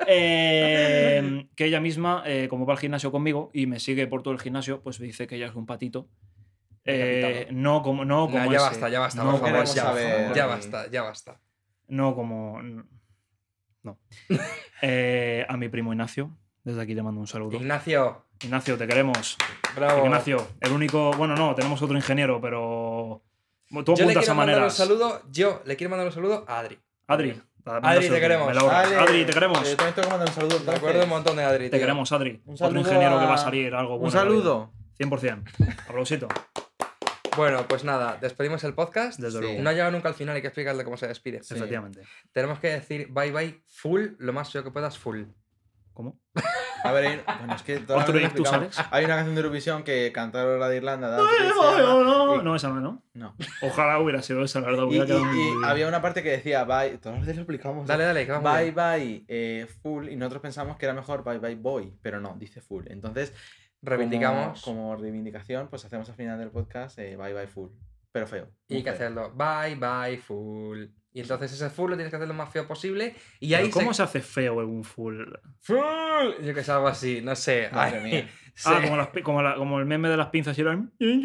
Que ella misma, como va al gimnasio conmigo y me sigue por todo el gimnasio, pues me dice que ella es un patito. No como No, ya ese. basta, ya basta. No por como favor, queremos ya, saber. ya basta. No como... No. A mi primo Ignacio, desde aquí le mando un saludo. Ignacio, Ignacio, te queremos. bravo. Ignacio, el único... Bueno, no, tenemos otro ingeniero, pero... Tú Yo le apuntas quiero a mandar un maneras. saludo, le quiero mandar un saludo a Adri. Adri. Adri, te queremos. Adri, te queremos. Yo también tengo que mandar un saludo. Me acuerdo un montón de Adri. Te tío. queremos, Adri. Un Otro saludo ingeniero que a- va a salir, algo bueno. Un saludo. 100%. Aplausito. Bueno, pues nada, despedimos el podcast. Desde Sí. luego. No ha llegado nunca al final, hay que explicarle cómo se despide. Sí. Efectivamente. Tenemos que decir bye bye full, lo más feo que puedas full. ¿Cómo? A ver, bueno, es que todas ¿Otro las veces ictus, explicamos. Alex? Hay una canción de Eurovisión que cantaron la de Irlanda. Dan No, y- no, esa no, ¿no? No. Ojalá hubiera sido esa, la verdad. Y, Hubiera quedado muy y bien. había una parte que decía bye. Todas las veces lo explicamos. Dale, que vamos. Bye bye full. Y nosotros pensamos que era mejor bye bye boy. Pero no, dice full. Entonces, Reivindicamos. Como reivindicación, pues hacemos al final del podcast bye bye full. Pero feo. Y muy hay que feo. hacerlo bye bye full. Y entonces ese full lo tienes que hacer lo más feo posible. Y Pero ahí ¿cómo se hace feo en un full? Full. Yo que sé, algo así, no sé. Madre Ay, mía. sí. Como el meme de las pinzas y el...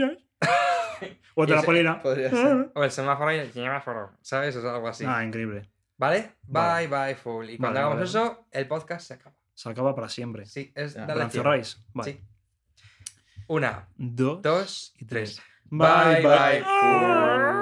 O Y de la ese- polina. Podría ser. O el semáforo y el semáforo, ¿sabes? O sea, algo así. Ah, increíble. ¿Vale? Vale. Bye bye full. Y cuando Vale, hagamos vale. eso, el podcast se acaba. Se acaba para siempre. Sí, es Ya. darle ¿La tiempo. encerráis? Vale. Sí. 1, Dos. 2 y 3. Bye, bye. full.